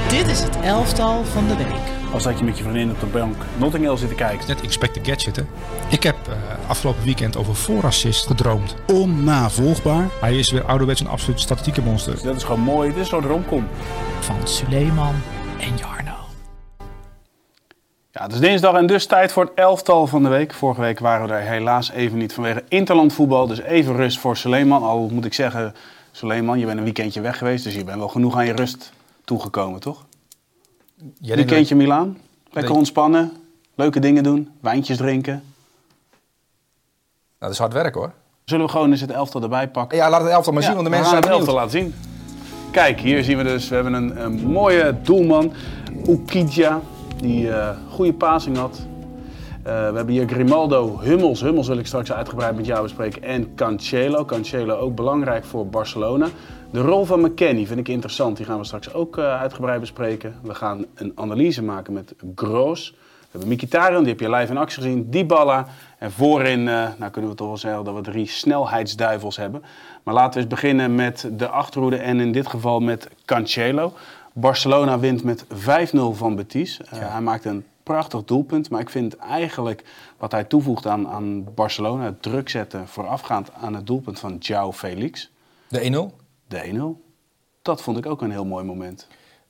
Dit is het elftal van de week. Als dat je met je vriendin op de bank Notting Hill zit te kijken. Net Inspector Gadget, hè? Ik heb afgelopen weekend over voorassist gedroomd. Onnavolgbaar. Hij is weer ouderwets een absoluut statistiekenmonster. Dus dat is gewoon mooi. Dit is een soort romcom. Van Suleiman en Jarno. Ja, het is dinsdag en dus tijd voor het elftal van de week. Vorige week waren we er helaas even niet vanwege interlandvoetbal. Dus even rust voor Suleiman. Al moet ik zeggen, Suleiman, je bent een weekendje weg geweest. Dus je bent wel genoeg aan je rust toegekomen, toch? Weekendje Milaan. Lekker ontspannen. Leuke dingen doen. Wijntjes drinken. Nou, dat is hard werk, hoor. Zullen we gewoon eens het elftal erbij pakken? Ja, laat het elftal maar zien, want de mensen zijn het benieuwd. elftal laten zien. Kijk, hier zien we dus, we hebben een mooie doelman. Oukidja, die goede passing had. We hebben hier Grimaldo, Hummels wil ik straks uitgebreid met jou bespreken. En Cancelo ook belangrijk voor Barcelona. De rol van McKennie vind ik interessant, die gaan we straks ook uitgebreid bespreken. We gaan een analyse maken met Groos. We hebben Mkhitaryan, die heb je live in actie gezien. Dybala. En voorin kunnen we toch wel zeggen dat we 3 snelheidsduivels hebben. Maar laten we eens beginnen met de achterhoede en in dit geval met Cancelo. Barcelona wint met 5-0 van Betis. Hij maakt een prachtig doelpunt, maar ik vind eigenlijk wat hij toevoegt aan Barcelona, het druk zetten voorafgaand aan het doelpunt van João Felix. De 1-0? De 1-0. Dat vond ik ook een heel mooi moment.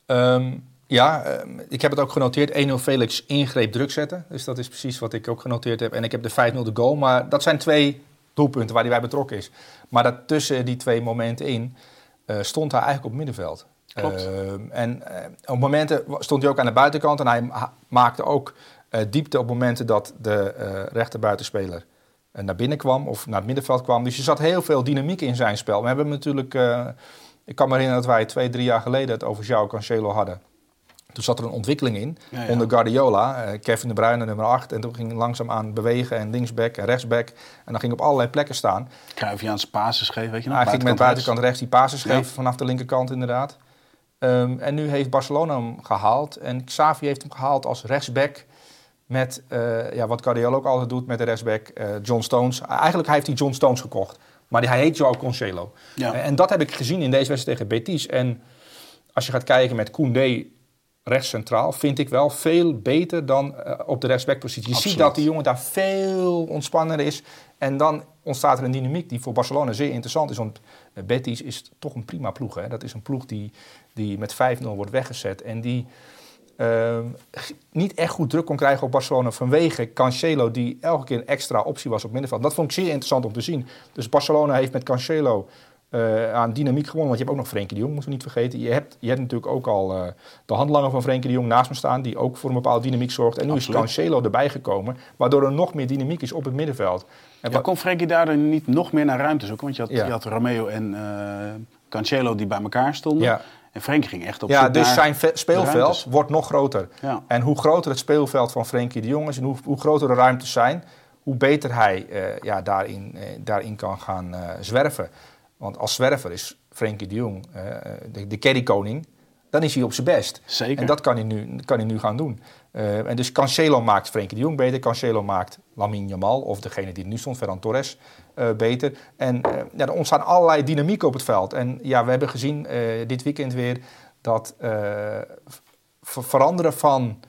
Ik heb het ook genoteerd. 1-0 Felix ingreep druk zetten. Dus dat is precies wat ik ook genoteerd heb. En ik heb de 5-0 de goal. Maar dat zijn 2 doelpunten waar hij bij betrokken is. Maar dat tussen die 2 momenten in stond hij eigenlijk op het middenveld. Klopt. Op momenten stond hij ook aan de buitenkant. En hij maakte ook diepte op momenten dat de rechterbuitenspeler naar binnen kwam of naar het middenveld kwam. Dus er zat heel veel dynamiek in zijn spel. We hebben natuurlijk, ik kan me herinneren dat wij 2-3 jaar geleden het over João Cancelo hadden. Toen zat er een ontwikkeling in onder Guardiola, Kevin De Bruyne nummer 8. En toen ging hij langzaamaan bewegen en linksback en rechtsback. En dan ging op allerlei plekken staan. Cruyffiaanse passes geven, weet je nog? Hij ging met buitenkant rechts die passes geven vanaf de linkerkant inderdaad. En nu heeft Barcelona hem gehaald. En Xavi heeft hem gehaald als rechtsback. Met wat Guardiola ook altijd doet met de rechtsback, John Stones. Eigenlijk heeft hij John Stones gekocht. Maar hij heet João Cancelo. Ja. En dat heb ik gezien in deze wedstrijd tegen Betis. En als je gaat kijken met Koundé rechts centraal, vind ik wel veel beter dan op de rechtsbackpositie. Je ziet dat die jongen daar veel ontspannender is. En dan ontstaat er een dynamiek die voor Barcelona zeer interessant is. Want Betis is toch een prima ploeg. Hè? Dat is een ploeg die met 5-0 wordt weggezet. En die niet echt goed druk kon krijgen op Barcelona vanwege Cancelo, die elke keer een extra optie was op middenveld. Dat vond ik zeer interessant om te zien. Dus Barcelona heeft met Cancelo aan dynamiek gewonnen. Want je hebt ook nog Frenkie de Jong, moeten we niet vergeten. Je hebt natuurlijk ook al de handlanger van Frenkie de Jong naast me staan, die ook voor een bepaalde dynamiek zorgt. En nu is Cancelo erbij gekomen, waardoor er nog meer dynamiek is op het middenveld. En kon Frenkie daardoor niet nog meer naar ruimte zoeken? Want je had Romeo en Cancelo die bij elkaar stonden. Ja. En Frenkie ging echt op zoek naar dus zijn speelveld wordt nog groter. Ja. En hoe groter het speelveld van Frenkie de Jong is en hoe groter de ruimtes zijn, hoe beter hij daarin kan gaan zwerven. Want als zwerver is Frenkie de Jong de carrykoning, dan is hij op zijn best. Zeker. En dat kan hij nu gaan doen. En dus Cancelo maakt Frenkie de Jong beter. Cancelo maakt Lamine Yamal, of degene die er nu stond, Ferran Torres, beter. En er ontstaan allerlei dynamiek op het veld. En ja, we hebben gezien dit weekend weer dat veranderen van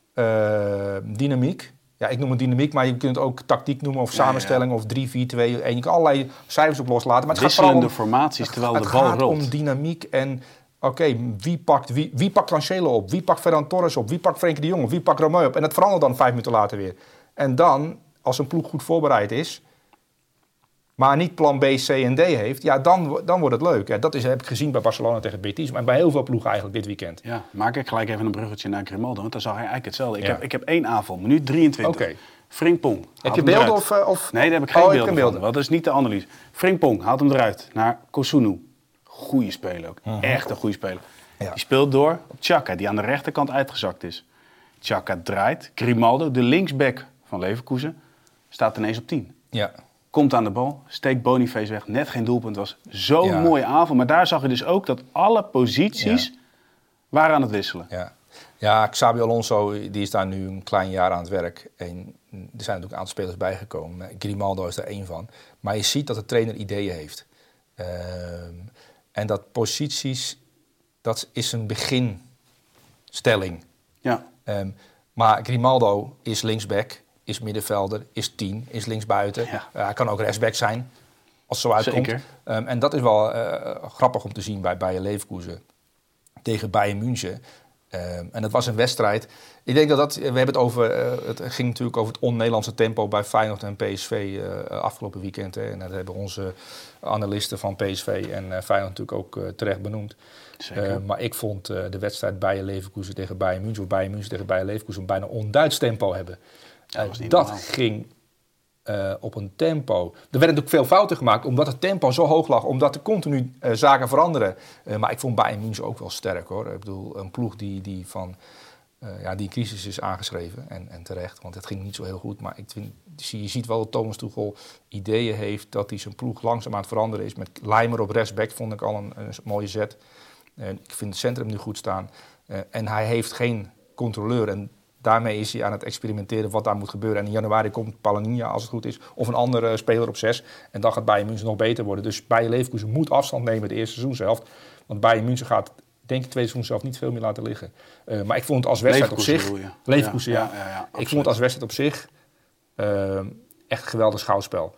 dynamiek. Ja, ik noem het dynamiek, maar je kunt het ook tactiek noemen of samenstelling of 3-4-2. Je kan allerlei cijfers op loslaten. Maar het gaat vooral om formaties terwijl de bal rolt. Het gaat om dynamiek en wie pakt Cancelo op? Wie pakt Ferran Torres op? Wie pakt Frenkie de Jong op? Wie pakt Romeo op? En dat verandert dan 5 minuten later weer. En dan, als een ploeg goed voorbereid is, maar niet plan B, C en D heeft, ja, dan wordt het leuk. Ja, dat heb ik gezien bij Barcelona tegen Betis, maar bij heel veel ploegen eigenlijk dit weekend. Ja, maak ik gelijk even een bruggetje naar Grimaldo, want daar zag hij eigenlijk hetzelfde. Ik heb 1 aanval, minuut 23. Okay. Frimpong. Heb je beelden of? Nee, daar heb ik geen beelden van. Dat is niet de analyse. Frimpong haalt hem eruit naar Kosunu. Goeie speler ook. Echt een goede speler. Ja. Die speelt door op Xhaka, die aan de rechterkant uitgezakt is. Xhaka draait. Grimaldo, de linksback van Leverkusen, staat ineens op 10. Ja. Komt aan de bal, steekt Boniface weg. Net geen doelpunt, was zo'n mooie aanval. Maar daar zag je dus ook dat alle posities waren aan het wisselen. Ja, Xabi Alonso die is daar nu een klein jaar aan het werk. En er zijn natuurlijk een aantal spelers bijgekomen. Grimaldo is er 1 van. Maar je ziet dat de trainer ideeën heeft. En dat posities, dat is een begin stelling. Ja. Maar Grimaldo is linksback, is middenvelder, is 10, is linksbuiten. Ja. Hij kan ook rechtsback zijn, als het zo uitkomt. Zeker. En dat is wel grappig om te zien bij Bayer Leverkusen tegen Bayern München. En dat was een wedstrijd. Ik denk we hebben het over, het ging natuurlijk over het on-Nederlandse tempo bij Feyenoord en PSV afgelopen weekend. Hè. En dat hebben onze analisten van PSV en Feyenoord natuurlijk ook terecht benoemd. Maar ik vond de wedstrijd Bayer Leverkusen tegen Bayern München, of Bayern München tegen Bayer Leverkusen, bijna onduits tempo hebben. Dat ging op een tempo. Er werden natuurlijk veel fouten gemaakt, omdat het tempo zo hoog lag, omdat er continu zaken veranderen. Maar ik vond Bayern München ook wel sterk, hoor. Ik bedoel, een ploeg die in crisis is aangeschreven. En terecht, want het ging niet zo heel goed. Maar je ziet wel dat Thomas Tuchel ideeën heeft dat hij zijn ploeg langzaam aan het veranderen is. Met Leimer op rechtsback vond ik al een mooie zet. Ik vind het centrum nu goed staan. En hij heeft geen controleur. En daarmee is hij aan het experimenteren wat daar moet gebeuren. En in januari komt Palhinha, als het goed is, of een andere speler op 6. En dan gaat Bayern München nog beter worden. Dus Bayer Leverkusen moet afstand nemen de eerste seizoenshelft. Want Bayern München gaat, denk ik, tweede seizoenshelft niet veel meer laten liggen. Maar ik vond het als wedstrijd op zich... Leverkusen, ja. Ik vond het als wedstrijd op zich echt een geweldig schouwspel.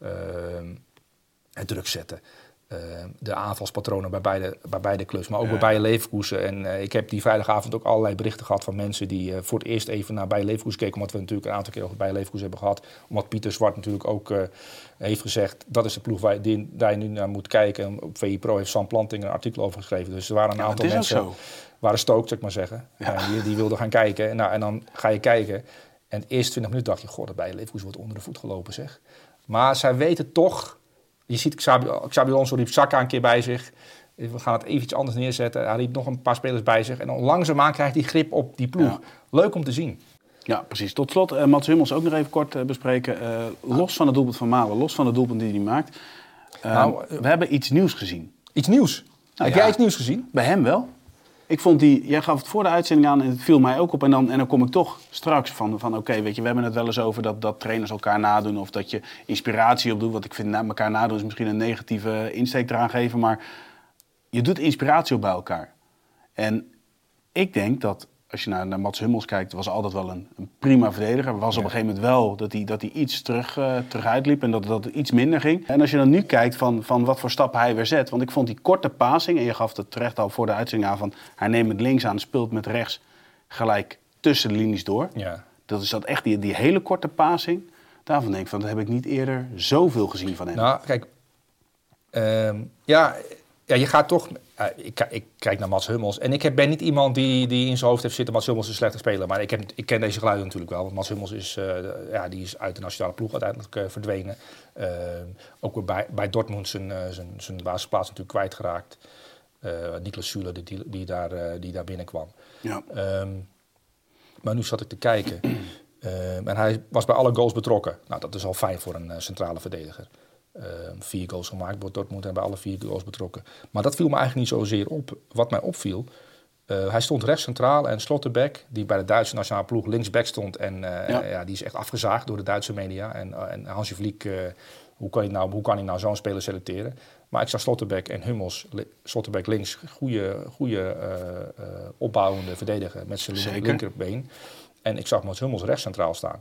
Het druk zetten. De aanvalspatronen bij beide clubs, maar ook bij Bayer Leverkusen. En ik heb die vrijdagavond ook allerlei berichten gehad van mensen die voor het eerst even naar Bayer Leverkusen keken, omdat we natuurlijk een aantal keer over Bayer Leverkusen hebben gehad. Omdat Pieter Zwart natuurlijk ook heeft gezegd, dat is de ploeg waar je nu naar moet kijken. Op VI Pro heeft Sam Planting een artikel over geschreven. Dus er waren een aantal mensen, waren stookt, zou ik maar zeggen. Die wilden gaan kijken. En dan ga je kijken. En de eerste 20 minuten dacht je, goh, dat Bayer Leverkusen wordt onder de voet gelopen, zeg. Maar zij weten toch... Je ziet, Xabi Alonso riep Saka een keer bij zich. We gaan het even iets anders neerzetten. Hij riep nog een paar spelers bij zich. En dan langzaamaan krijgt hij grip op die ploeg. Ja. Leuk om te zien. Ja, precies. Tot slot, Mats Hummels ook nog even kort bespreken. Los van het doelpunt van Malen, los van het doelpunt die hij maakt. We hebben iets nieuws gezien. Iets nieuws? Heb jij iets nieuws gezien? Bij hem wel. Ik vond jij gaf het voor de uitzending aan en het viel mij ook op. En dan kom ik toch straks van oké, weet je, we hebben het wel eens over dat trainers elkaar nadoen. Of dat je inspiratie opdoet. Want ik vind elkaar nadoen is misschien een negatieve insteek eraan geven. Maar je doet inspiratie op bij elkaar. En ik denk dat, als je naar Mats Hummels kijkt, was altijd wel een prima verdediger. Was op een gegeven moment wel dat hij iets terug uitliep en dat het iets minder ging. En als je dan nu kijkt van wat voor stappen hij weer zet. Want ik vond die korte passing, en je gaf het terecht al voor de uitzending aan, van hij neemt met links aan, speelt met rechts gelijk tussen de linies door. Ja. Dat is echt die hele korte passing. Daarvan denk ik dat heb ik niet eerder zoveel gezien van hem. Nou, kijk, je gaat toch... Ik kijk naar Mats Hummels. En ik ben niet iemand die in zijn hoofd heeft zitten... Mats Hummels is een slechte speler. Maar ik ken deze geluiden natuurlijk wel. Want Mats Hummels is, die is uit de nationale ploeg uiteindelijk verdwenen. Ook weer bij Dortmund zijn basisplaats natuurlijk kwijtgeraakt. Niklas Süle die daar binnenkwam. Ja. Maar nu zat ik te kijken. En hij was bij alle goals betrokken. Nou, dat is al fijn voor een centrale verdediger. 4 goals gemaakt door Dortmund en bij alle 4 goals betrokken. Maar dat viel me eigenlijk niet zozeer op. Wat mij opviel, hij stond rechts centraal en Slotterbeck, die bij de Duitse nationale ploeg linksback stond. En die is echt afgezaagd door de Duitse media. En Hansi Flick, hoe kan hij nou zo'n speler selecteren? Maar ik zag Slotterbeck en Hummels, Slotterbeck links, goede opbouwende verdediger met zijn linkerbeen. En ik zag Mats Hummels rechts centraal staan.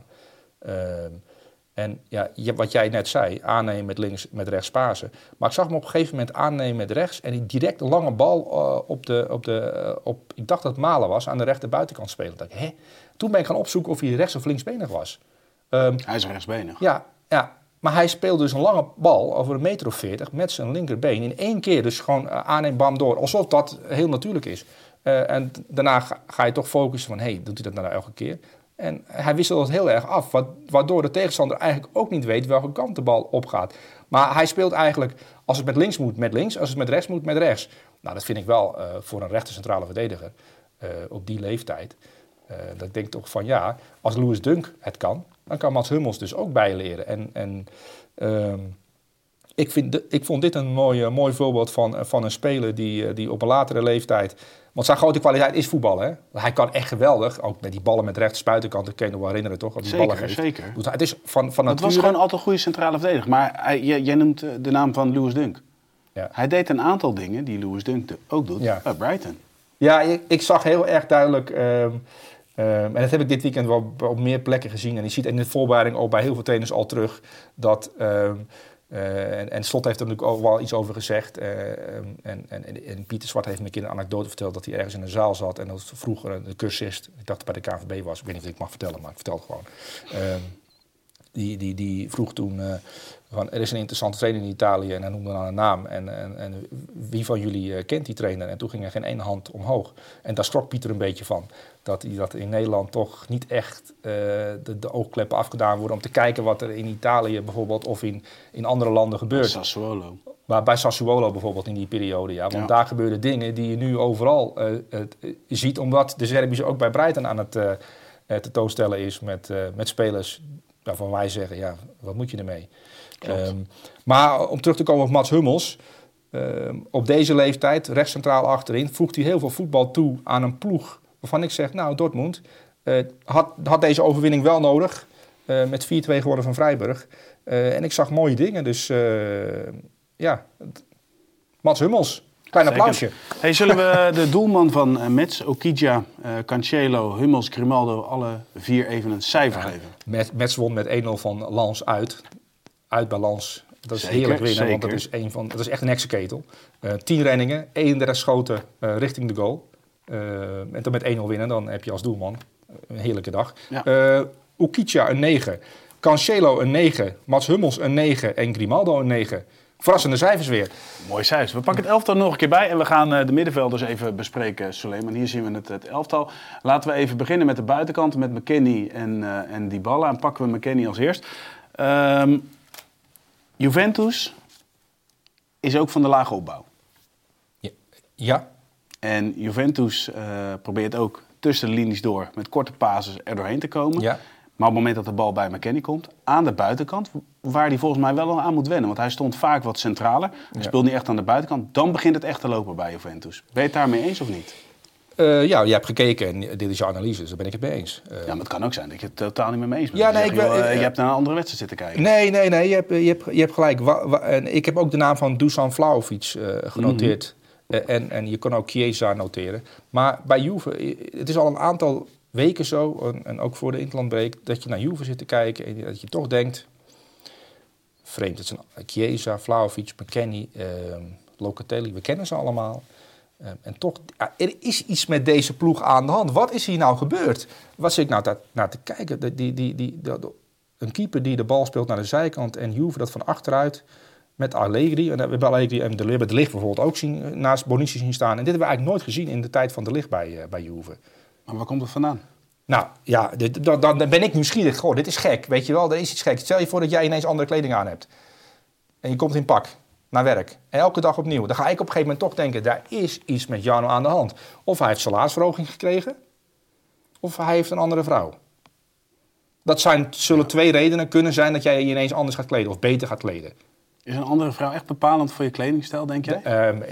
En wat jij net zei, aannemen met links, met rechts pasen. Maar ik zag hem op een gegeven moment aannemen met rechts en die direct een lange bal op ik dacht dat het Malen was, aan de rechter buitenkant spelen. Toen ben ik gaan opzoeken of hij rechts of linksbenig was. Hij is rechtsbenig. Ja, maar hij speelde dus een lange bal over 1,40 meter met zijn linkerbeen in 1 keer. Dus gewoon aannemen, bam, door. Alsof dat heel natuurlijk is. En daarna ga je toch focussen van, doet hij dat nou elke keer? En hij wisselt het heel erg af, waardoor de tegenstander eigenlijk ook niet weet welke kant de bal opgaat. Maar hij speelt eigenlijk, als het met links moet, met links. Als het met rechts moet, met rechts. Nou, dat vind ik wel voor een rechter centrale verdediger op die leeftijd. Dat ik denk toch van als Louis Dunk het kan, dan kan Mats Hummels dus ook bijleren. Ik vond dit een mooi voorbeeld van een speler die op een latere leeftijd... Want zijn grote kwaliteit is voetballen. Hè? Hij kan echt geweldig. Ook met die ballen met rechts buitenkant. Dat kun je nog wel herinneren, toch? Die ballen geeft. Zeker. Dus het is van nature... Het was gewoon altijd een goede centrale verdediger. Maar jij noemt de naam van Louis Dunk. Ja. Hij deed een aantal dingen die Louis Dunk ook doet bij Brighton. Ja, ik zag heel erg duidelijk, en dat heb ik dit weekend wel op meer plekken gezien. En je ziet in de voorbereiding ook bij heel veel trainers al terug dat... en Slot heeft er natuurlijk ook wel iets over gezegd. En Pieter Zwart heeft me een keer een anekdote verteld dat hij ergens in een zaal zat. En dat vroeger de cursist, ik dacht bij de KNVB was, ik weet niet of ik mag vertellen, maar ik vertel het gewoon. Die vroeg toen, van, er is een interessante trainer in Italië en hij noemde dan een naam. En wie van jullie kent die trainer? En toen ging er geen ene hand omhoog. En daar schrok Pieter een beetje van. Dat in Nederland toch niet echt de oogkleppen afgedaan worden om te kijken wat er in Italië bijvoorbeeld of in andere landen gebeurt. Sassuolo. Maar bij Sassuolo bijvoorbeeld in die periode, ja. Want daar gebeuren dingen die je nu overal ziet, omdat de Serbisch ook bij Brighton aan het tentoonstellen is met spelers waarvan wij zeggen, ja, wat moet je ermee? Maar om terug te komen op Mats Hummels, op deze leeftijd, rechts centraal achterin, voegt hij heel veel voetbal toe aan een ploeg waarvan ik zeg, nou, Dortmund had deze overwinning wel nodig. Met 4-2 geworden van Freiburg. En ik zag mooie dingen, dus Mats Hummels. Klein applausje. Hey, zullen we de doelman van Metz, Okidja, Cancelo, Hummels, Grimaldo, alle 4 even een cijfer geven? Metz won met 1-0 van Lens uit. Uit bij Lens. Dat is zeker, heerlijk winnen, want dat is echt een heksenketel. 10 renningen, 31 schoten richting de goal. En dan met 1-0 winnen, dan heb je als doelman een heerlijke dag. Ja. Okidja een 9, Cancelo een 9, Mats Hummels een 9 en Grimaldo een 9. Verrassende cijfers weer. Mooi cijfers. We pakken het elftal nog een keer bij en we gaan de middenvelders even bespreken, Suleiman. Hier zien we het elftal. Laten we even beginnen met de buitenkant, met McKennie en Dybala. En pakken we McKennie als eerst. Juventus is ook van de lage opbouw. Ja. En Juventus probeert ook tussen de linies door met korte passes er doorheen te komen. Ja. Maar op het moment dat de bal bij McKennie komt, aan de buitenkant, waar hij volgens mij wel aan moet wennen. Want hij stond vaak wat centraler. Hij speelt niet echt aan de buitenkant. Dan begint het echt te lopen bij Juventus. Ben je het daarmee eens of niet? Ja, je hebt gekeken en dit is je analyse, dus daar ben ik het mee eens. Ja, maar het kan ook zijn dat je het totaal niet mee eens bent. Ja, nee, je hebt naar een andere wedstrijd zitten kijken. Nee, je hebt gelijk. En ik heb ook de naam van Dusan Vlahovic genoteerd. En je kan ook Chiesa noteren. Maar bij Juve, het is al een aantal weken zo, en ook voor de Interlandbreak, dat je naar Juve zit te kijken en dat je toch denkt, vreemd, het zijn Chiesa, Vlahovic, McKennie, Locatelli, we kennen ze allemaal. En toch, er is iets met deze ploeg aan de hand. Wat is hier nou gebeurd? Wat zit ik nou naar te kijken? Een keeper die de bal speelt naar de zijkant en Juve dat van achteruit met Allegri. En we hebben Allegri en De Ligt bijvoorbeeld ook naast Bonucci zien staan. En dit hebben we eigenlijk nooit gezien in de tijd van De Ligt bij Juve. Maar waar komt het vandaan? Nou ja, dan ben ik nieuwsgierig. Goh, dit is gek, weet je wel, er is iets geks. Stel je voor dat jij ineens andere kleding aan hebt. En je komt in pak naar werk. En elke dag opnieuw. Dan ga ik op een gegeven moment toch denken, daar is iets met Jarno aan de hand. Of hij heeft salarisverhoging gekregen, of hij heeft een andere vrouw. Dat zullen 2 redenen kunnen zijn dat jij je ineens anders gaat kleden of beter gaat kleden. Is een andere vrouw echt bepalend voor je kledingstijl, denk jij?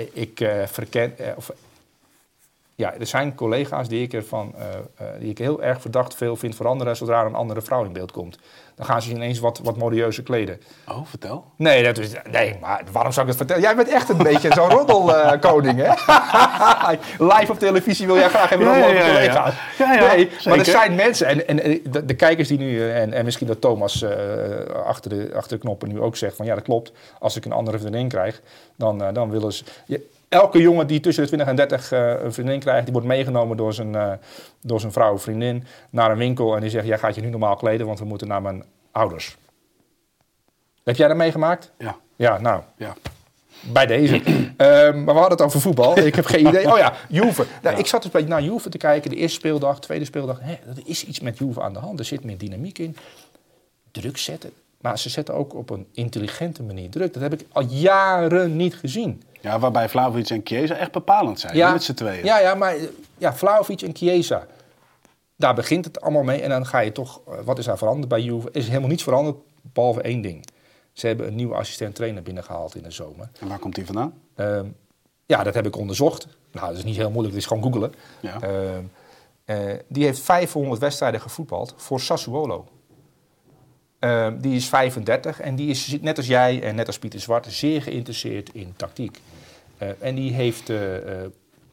Er zijn collega's die ik heel erg verdacht veel vind veranderen zodra er een andere vrouw in beeld komt. Dan gaan ze ineens wat modieuzer kleden. Oh, vertel. Nee, maar waarom zou ik het vertellen? Jij bent echt een beetje zo'n roddelkoning, hè? Live op televisie wil jij graag even roddelen over collega's. Ja, nee, maar er zijn mensen, en de kijkers die nu, en misschien dat Thomas achter de knoppen nu ook zegt van ja, dat klopt. Als ik een andere vriendin krijg, dan willen ze... Elke jongen die tussen de 20 en 30 een vriendin krijgt, die wordt meegenomen door zijn vrouw of vriendin naar een winkel en die zegt, jij gaat je nu normaal kleden, want we moeten naar mijn ouders. Heb jij dat meegemaakt? Ja. Ja, nou. Ja. Bij deze. Maar we hadden het over voetbal. Ik heb geen idee. Oh ja, Juve. Nou, ik zat dus een beetje naar Juve te kijken. De eerste speeldag, tweede speeldag. Er is iets met Juve aan de hand. Er zit meer dynamiek in. Druk zetten. Maar ze zetten ook op een intelligente manier druk. Dat heb ik al jaren niet gezien. Ja, waarbij Vlahovic en Chiesa echt bepalend zijn, met z'n tweeën. Ja, maar Vlahovic en Chiesa, daar begint het allemaal mee. En dan ga je toch, wat is daar veranderd bij Juve? Er is helemaal niets veranderd, behalve 1 ding. Ze hebben een nieuwe assistent-trainer binnengehaald in de zomer. En waar komt die vandaan? Dat heb ik onderzocht. Nou, dat is niet heel moeilijk, het is gewoon googlen. Ja. Die heeft 500 wedstrijden gevoetbald voor Sassuolo. Die is 35 en die is net als jij en net als Pieter Zwart zeer geïnteresseerd in tactiek. En die heeft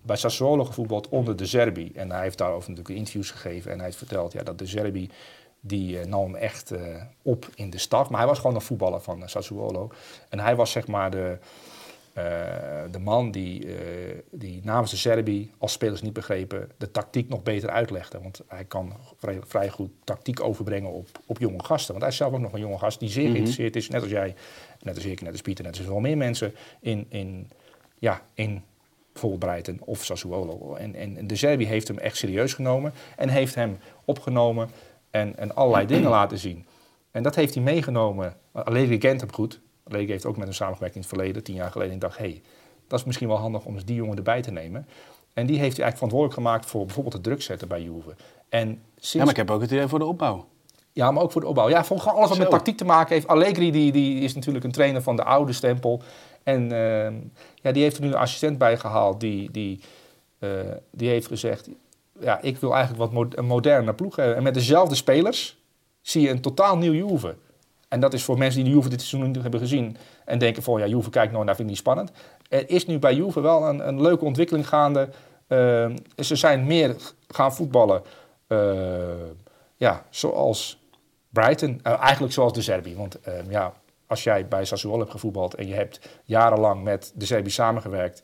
bij Sassuolo gevoetbald onder De Zerbi. En hij heeft daarover natuurlijk interviews gegeven. En hij heeft verteld dat De Zerbi, die nam hem echt op in de staf. Maar hij was gewoon een voetballer van Sassuolo. En hij was zeg maar de man die namens De Zerbi, als spelers niet begrepen, de tactiek nog beter uitlegde. Want hij kan vrij goed tactiek overbrengen op jonge gasten. Want hij is zelf ook nog een jonge gast die zeer geïnteresseerd is, net als jij, net als ik, net als Pieter, net als wel meer mensen in bijvoorbeeld Brighton of Sassuolo. En De Zerbi heeft hem echt serieus genomen en heeft hem opgenomen en allerlei dingen laten zien. En dat heeft hij meegenomen. Allegri kent hem goed. Allegri heeft ook met hem samengewerkt in het verleden, 10 jaar geleden. En dacht, dat is misschien wel handig om eens die jongen erbij te nemen. En die heeft hij eigenlijk verantwoordelijk gemaakt voor bijvoorbeeld het druk zetten bij Juve. Ja, maar ik heb ook het idee voor de opbouw. Ja, maar ook voor de opbouw. Ja, voor alles wat met tactiek te maken heeft. Allegri die is natuurlijk een trainer van de oude stempel. En die heeft er nu een assistent bij gehaald die heeft gezegd, ja, ik wil eigenlijk wat een moderne ploeg hebben. En met dezelfde spelers zie je een totaal nieuw Juve. En dat is voor mensen die de Juve dit seizoen niet hebben gezien en denken van, ja, Juve kijkt nou, dat vind ik niet spannend. Er is nu bij Juve wel een leuke ontwikkeling gaande. Ze zijn meer gaan voetballen, zoals Brighton. Eigenlijk zoals De Zerbi. Want als jij bij Sassuolo hebt gevoetbald en je hebt jarenlang met De Zerbi samengewerkt,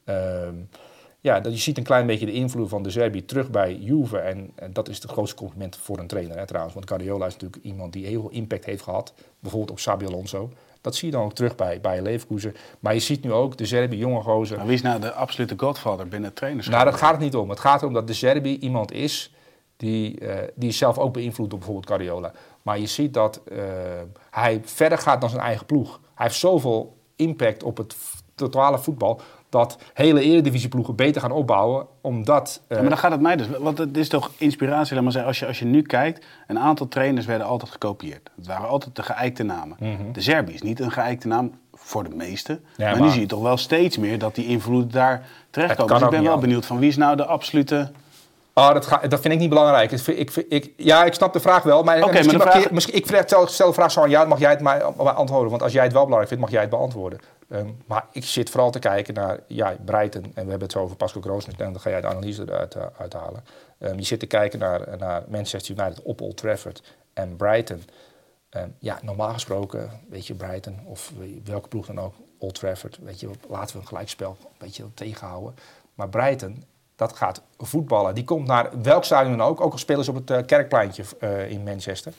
je ziet een klein beetje de invloed van De Zerbi terug bij Juve. En dat is het grootste compliment voor een trainer, hè, trouwens. Want Guardiola is natuurlijk iemand die heel veel impact heeft gehad. Bijvoorbeeld op Xabi Alonso. Dat zie je dan ook terug bij Leverkusen. Maar je ziet nu ook De Zerbi, jonge gozer. Maar wie is nou de absolute godfather binnen het trainerschap? Nou, dat gaat het niet om. Het gaat erom dat De Zerbi iemand is die is zelf ook beïnvloed door bijvoorbeeld Guardiola. Maar je ziet dat hij verder gaat dan zijn eigen ploeg. Hij heeft zoveel impact op het totale voetbal dat hele eredivisieploegen beter gaan opbouwen, omdat... maar dan gaat het mij dus... Want het is toch inspiratie, laat maar zeggen, als je nu kijkt, een aantal trainers werden altijd gekopieerd. Het waren altijd de geëikte namen. Mm-hmm. De Zerbi is niet een geëikte naam voor de meesten. Ja, maar nu zie je toch wel steeds meer dat die invloeden daar terechtkomen. Dus ik ben wel benieuwd van wie is nou de absolute... Dat vind ik niet belangrijk. Ik snap de vraag wel. Maar ik stel de vraag zo aan jou, mag jij het mij antwoorden. Want als jij het wel belangrijk vindt, mag jij het beantwoorden. Maar ik zit vooral te kijken naar Brighton. En we hebben het zo over Pascal Gross. En dan ga jij de analyse eruit uithalen. Je zit te kijken naar Manchester United op Old Trafford en Brighton. Normaal gesproken, weet je, Brighton of welke ploeg dan ook, Old Trafford. Weet je, laten we een gelijkspel een beetje tegenhouden. Maar Brighton, dat gaat voetballen. Die komt naar welk stadion dan ook al spelen ze op het Kerkpleintje in Manchester.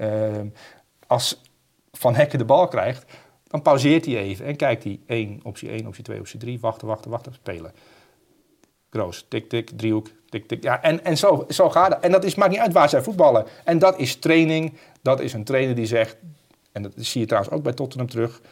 Als Van Hekken de bal krijgt, dan pauzeert hij even en kijkt hij optie 2, optie 3, wachten, spelen. Groos, tik, driehoek, tik. Ja, en zo gaat het. En dat maakt niet uit waar zij voetballen. En dat is training. Dat is een trainer die zegt, en dat zie je trouwens ook bij Tottenham terug,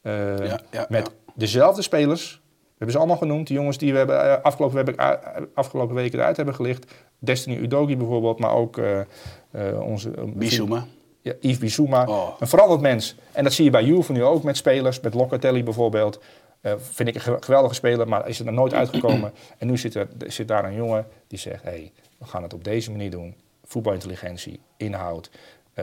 met dezelfde spelers. We hebben ze allemaal genoemd, die jongens die we hebben afgelopen weken eruit hebben gelicht. Destiny Udogie bijvoorbeeld, maar ook onze... Bissouma. Ja, Yves Bissouma. Een veranderd mens. En dat zie je bij Juve nu ook met spelers, met Locatelli bijvoorbeeld. Vind ik een geweldige speler, maar is er nooit uitgekomen. En nu zit daar een jongen die zegt, we gaan het op deze manier doen. Voetbalintelligentie, inhoud.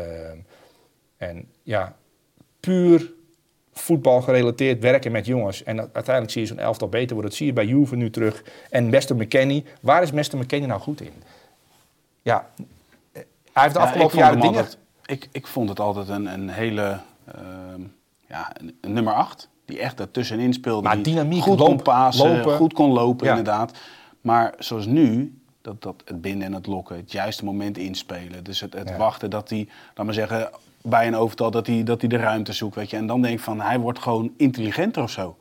Puur voetbal gerelateerd werken met jongens. En uiteindelijk zie je zo'n elftal beter worden. Dat zie je bij Juve nu terug. En Mr. McKennie. Waar is Mr. McKennie nou goed in? Ja, hij heeft de afgelopen jaren dingen... Ik vond het altijd een hele... een nummer 8. Die echt daartussenin speelde. Maar die dynamiek, goed kon pasen, lopen. goed kon lopen inderdaad. Maar zoals nu... Dat het binden en het lokken, het juiste moment inspelen. Dus het wachten dat hij, laat maar zeggen... bij een overtal dat hij de ruimte zoekt, weet je. En dan denk ik van, hij wordt gewoon intelligenter of zo.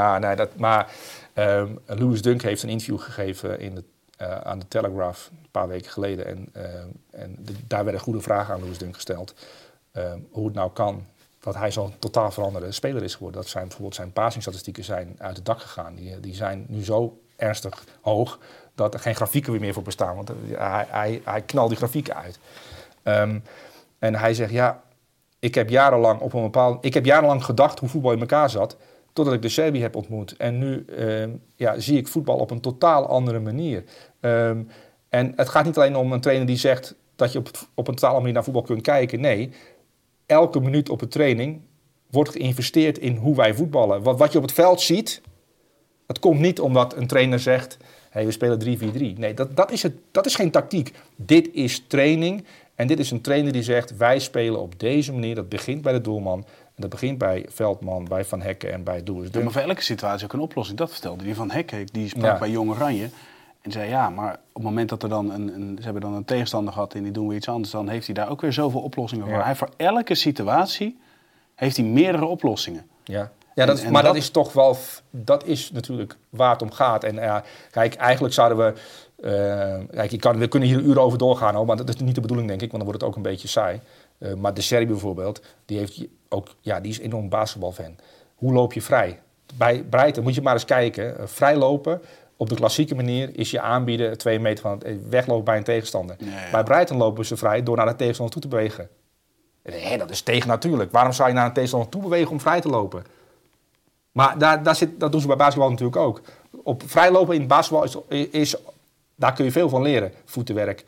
Lewis Dunk heeft een interview gegeven aan de Telegraph een paar weken geleden. Daar werden goede vragen aan Lewis Dunk gesteld. Hoe het nou kan dat hij zo'n totaal veranderde speler is geworden. Dat bijvoorbeeld zijn passingstatistieken zijn uit het dak gegaan. Die zijn nu zo ernstig hoog dat er geen grafieken meer voor bestaan. Want hij knalt die grafieken uit. En hij zegt, ik heb jarenlang gedacht hoe voetbal in elkaar zat, totdat ik De Zerbi heb ontmoet. En nu zie ik voetbal op een totaal andere manier. En het gaat niet alleen om een trainer die zegt dat je op een totale manier naar voetbal kunt kijken. Nee, elke minuut op een training wordt geïnvesteerd in hoe wij voetballen. Wat je op het veld ziet, dat komt niet omdat een trainer zegt, Hey, we spelen 3-4-3. Nee, dat is geen tactiek. Dit is training. En dit is een trainer die zegt, wij spelen op deze manier. Dat begint bij de doelman. En dat begint bij Veldman, bij Van Hekken en bij Doelers. Ja, maar voor elke situatie ook een oplossing. Dat vertelde die Van Hekken. Die sprak bij Jong Oranje. En zei ja, maar op het moment dat er dan ze hebben dan een tegenstander gehad en die doen weer iets anders, dan heeft hij daar ook weer zoveel oplossingen voor. Hij voor elke situatie heeft hij meerdere oplossingen. Ja. Ja, dat is toch wel, dat is natuurlijk waar het om gaat. En kijk, eigenlijk zouden we, we kunnen hier uren over doorgaan, hoor, maar dat is niet de bedoeling, denk ik, want dan wordt het ook een beetje saai. Maar de Serbi bijvoorbeeld, die is enorm basketbalfan. Hoe loop je vrij? Bij Breiten moet je maar eens kijken, vrij lopen. Op de klassieke manier is je aanbieden 2 meter van het weglopen bij een tegenstander. Ja. Bij Breiten lopen ze vrij door naar de tegenstander toe te bewegen. Nee, dat is tegennatuurlijk. Waarom zou je naar een tegenstander toe bewegen om vrij te lopen? Maar dat doen ze bij basketbal natuurlijk ook. Op vrijlopen in het basketbal daar kun je veel van leren. Voetenwerk,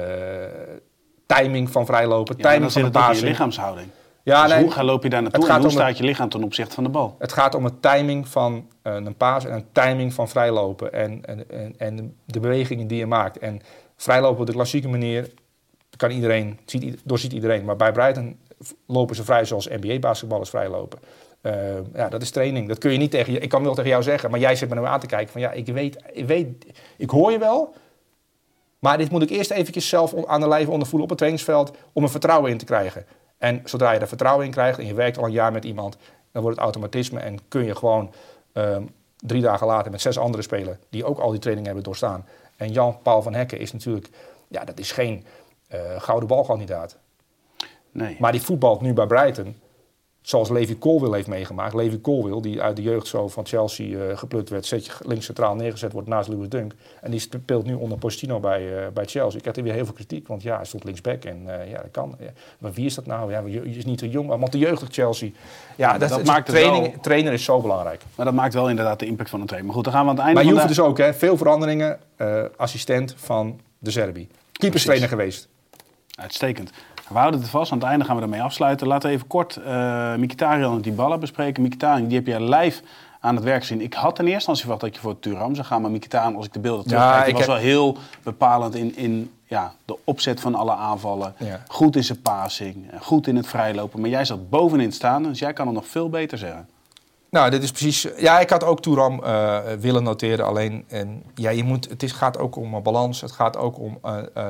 timing van vrijlopen, timing van de passing. Je lichaamshouding. Ja, dus hoe loop je daar naartoe en hoe staat je lichaam ten opzichte van de bal? Het gaat om het timing van een paas en een timing van vrijlopen. En de bewegingen die je maakt. En vrijlopen op de klassieke manier kan iedereen, doorziet iedereen. Maar bij Brighton lopen ze vrij zoals NBA-basketballers vrijlopen. Dat is training. Dat kun je niet tegen je. Ik kan wel tegen jou zeggen, maar jij zit me nou aan te kijken van ja, ik weet, ik hoor je wel. Maar dit moet ik eerst eventjes zelf aan de lijve ondervoelen op het trainingsveld om er vertrouwen in te krijgen. En zodra je er vertrouwen in krijgt en je werkt al een jaar met iemand, dan wordt het automatisme en kun je gewoon 3 dagen later met 6 anderen spelen die ook al die training hebben doorstaan. En Jan-Paul van Hekken is natuurlijk, dat is geen gouden balkandidaat. Nee. Maar die voetbalt nu bij Brighton, zoals Levi Colwill heeft meegemaakt. Levi Colwill, die uit de jeugd zo van Chelsea geplukt werd, links centraal neergezet wordt naast Lewis Dunk. En die speelt nu onder Pochettino bij Chelsea. Ik had er weer heel veel kritiek, want hij stond linksback en dat kan. Ja. Maar wie is dat nou? Ja, je is niet te jong, maar te jeugdig Chelsea. Ja, dat maakt trainer is zo belangrijk. Maar dat maakt wel inderdaad de impact van een trainer. Maar goed, dan gaan we aan het einde maar Juve dus ook, veel veranderingen. Assistent van de Serbi. Keeperstrainer geweest. Uitstekend. We houden het vast. Aan het einde gaan we ermee afsluiten. Laten we even kort Mkhitaryan en Dybala bespreken. Mkhitaryan, die heb je live aan het werk gezien. Ik had in eerste instantie verwacht dat je voor Thuram zou gaan. Maar Mkhitaryan, als ik de beelden terugkijk, was wel heel bepalend in de opzet van alle aanvallen. Ja. Goed in zijn passing. Goed in het vrijlopen. Maar jij zat bovenin staan. Dus jij kan het nog veel beter zeggen. Nou, dit is precies. Ja, ik had ook Thuram willen noteren. Alleen, het gaat ook om balans. Het gaat ook om.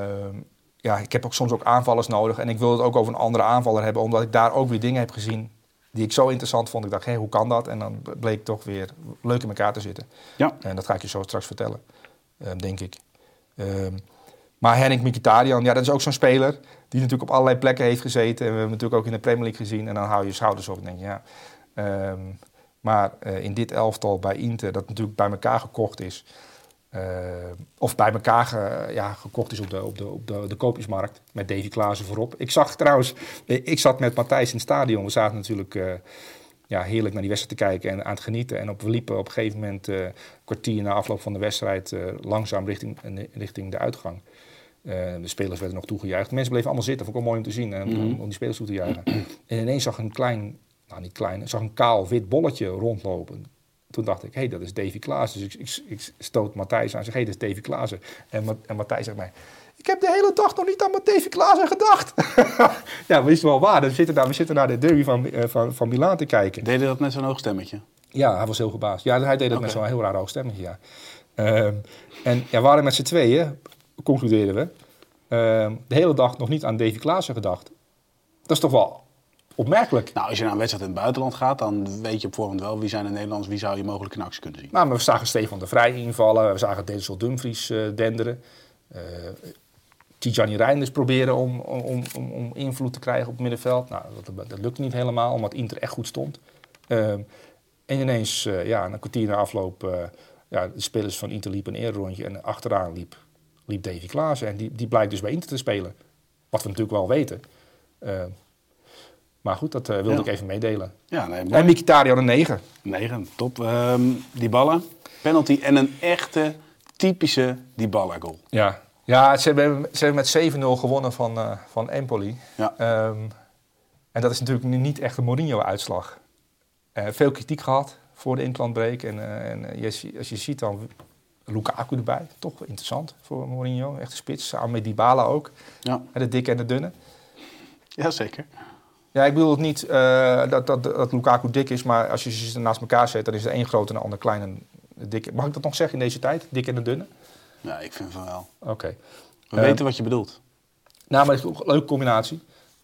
Ik heb ook soms ook aanvallers nodig. En ik wil het ook over een andere aanvaller hebben. Omdat ik daar ook weer dingen heb gezien die ik zo interessant vond. Ik dacht, hoe kan dat? En dan bleek toch weer leuk in elkaar te zitten. Ja. En dat ga ik je zo straks vertellen, denk ik. Maar Henrik Mkhitaryan, dat is ook zo'n speler die natuurlijk op allerlei plekken heeft gezeten. En we hebben natuurlijk ook in de Premier League gezien. En dan hou je schouders op en denk je, maar in dit elftal bij Inter, dat natuurlijk bij elkaar gekocht is. Of bij elkaar gekocht is op de koopjesmarkt met Davy Klaassen voorop. Ik zat met Matthijs in het stadion. We zaten natuurlijk heerlijk naar die wedstrijd te kijken en aan het genieten. En we liepen op een gegeven moment een kwartier na afloop van de wedstrijd langzaam richting de uitgang. De spelers werden nog toegejuicht. Mensen bleven allemaal zitten. Vond ik ook mooi om te zien, om die spelers toe te juichen. En ineens zag zag een kaal wit bolletje rondlopen. Toen dacht ik, dat is Davy Klaassen. Dus ik stoot Matthijs aan en zeg, dat is Davy Klaassen. En Matthijs zegt mij, ik heb de hele dag nog niet aan Davy Klaassen gedacht. Ja, maar is het wel waar. We zitten naar de derby van Milaan te kijken. Deed hij dat met zo'n hoog stemmetje? Ja, hij was heel verbaasd. Ja, hij deed dat met zo'n heel raar hoog stemmetje, ja. We waren met z'n tweeën, concludeerden we, de hele dag nog niet aan Davy Klaassen gedacht. Dat is toch wel opmerkelijk. Nou, als je naar een wedstrijd in het buitenland gaat, dan weet je op voorhand wel wie zijn de Nederlanders, wie zou je mogelijk in actie kunnen zien. Maar we zagen Stefan de Vrij invallen, we zagen Denzel Dumfries denderen. Tijani Reinders proberen om invloed te krijgen op het middenveld. Nou, dat lukte niet helemaal, omdat Inter echt goed stond. En ineens, een kwartier na afloop, de spelers van Inter liepen een eerrondje en achteraan liep Davy Klaassen. En die blijkt dus bij Inter te spelen. Wat we natuurlijk wel weten. Maar goed, dat wilde ik even meedelen. Ja, nee, en Mkhitaryan een 9. 9, top. Dybala, penalty en een echte, typische Dybala-goal. Ja, ze hebben met 7-0 gewonnen van Empoli. Ja. En dat is natuurlijk niet echt een Mourinho-uitslag. Veel kritiek gehad voor de interlandbreak. En als je ziet dan Lukaku erbij, toch interessant voor Mourinho. Echte spits, samen met Dybala ook. Ja. En de dikke en de dunne. Jazeker. Ja, ik bedoel het niet dat Lukaku dik is, maar als je ze naast elkaar zet, dan is de een groot en de ander klein en dik. Mag ik dat nog zeggen in deze tijd? Dik en de dunne? Ja, ik vind van wel. Oké. We weten wat je bedoelt. Nou, maar het is een leuke combinatie.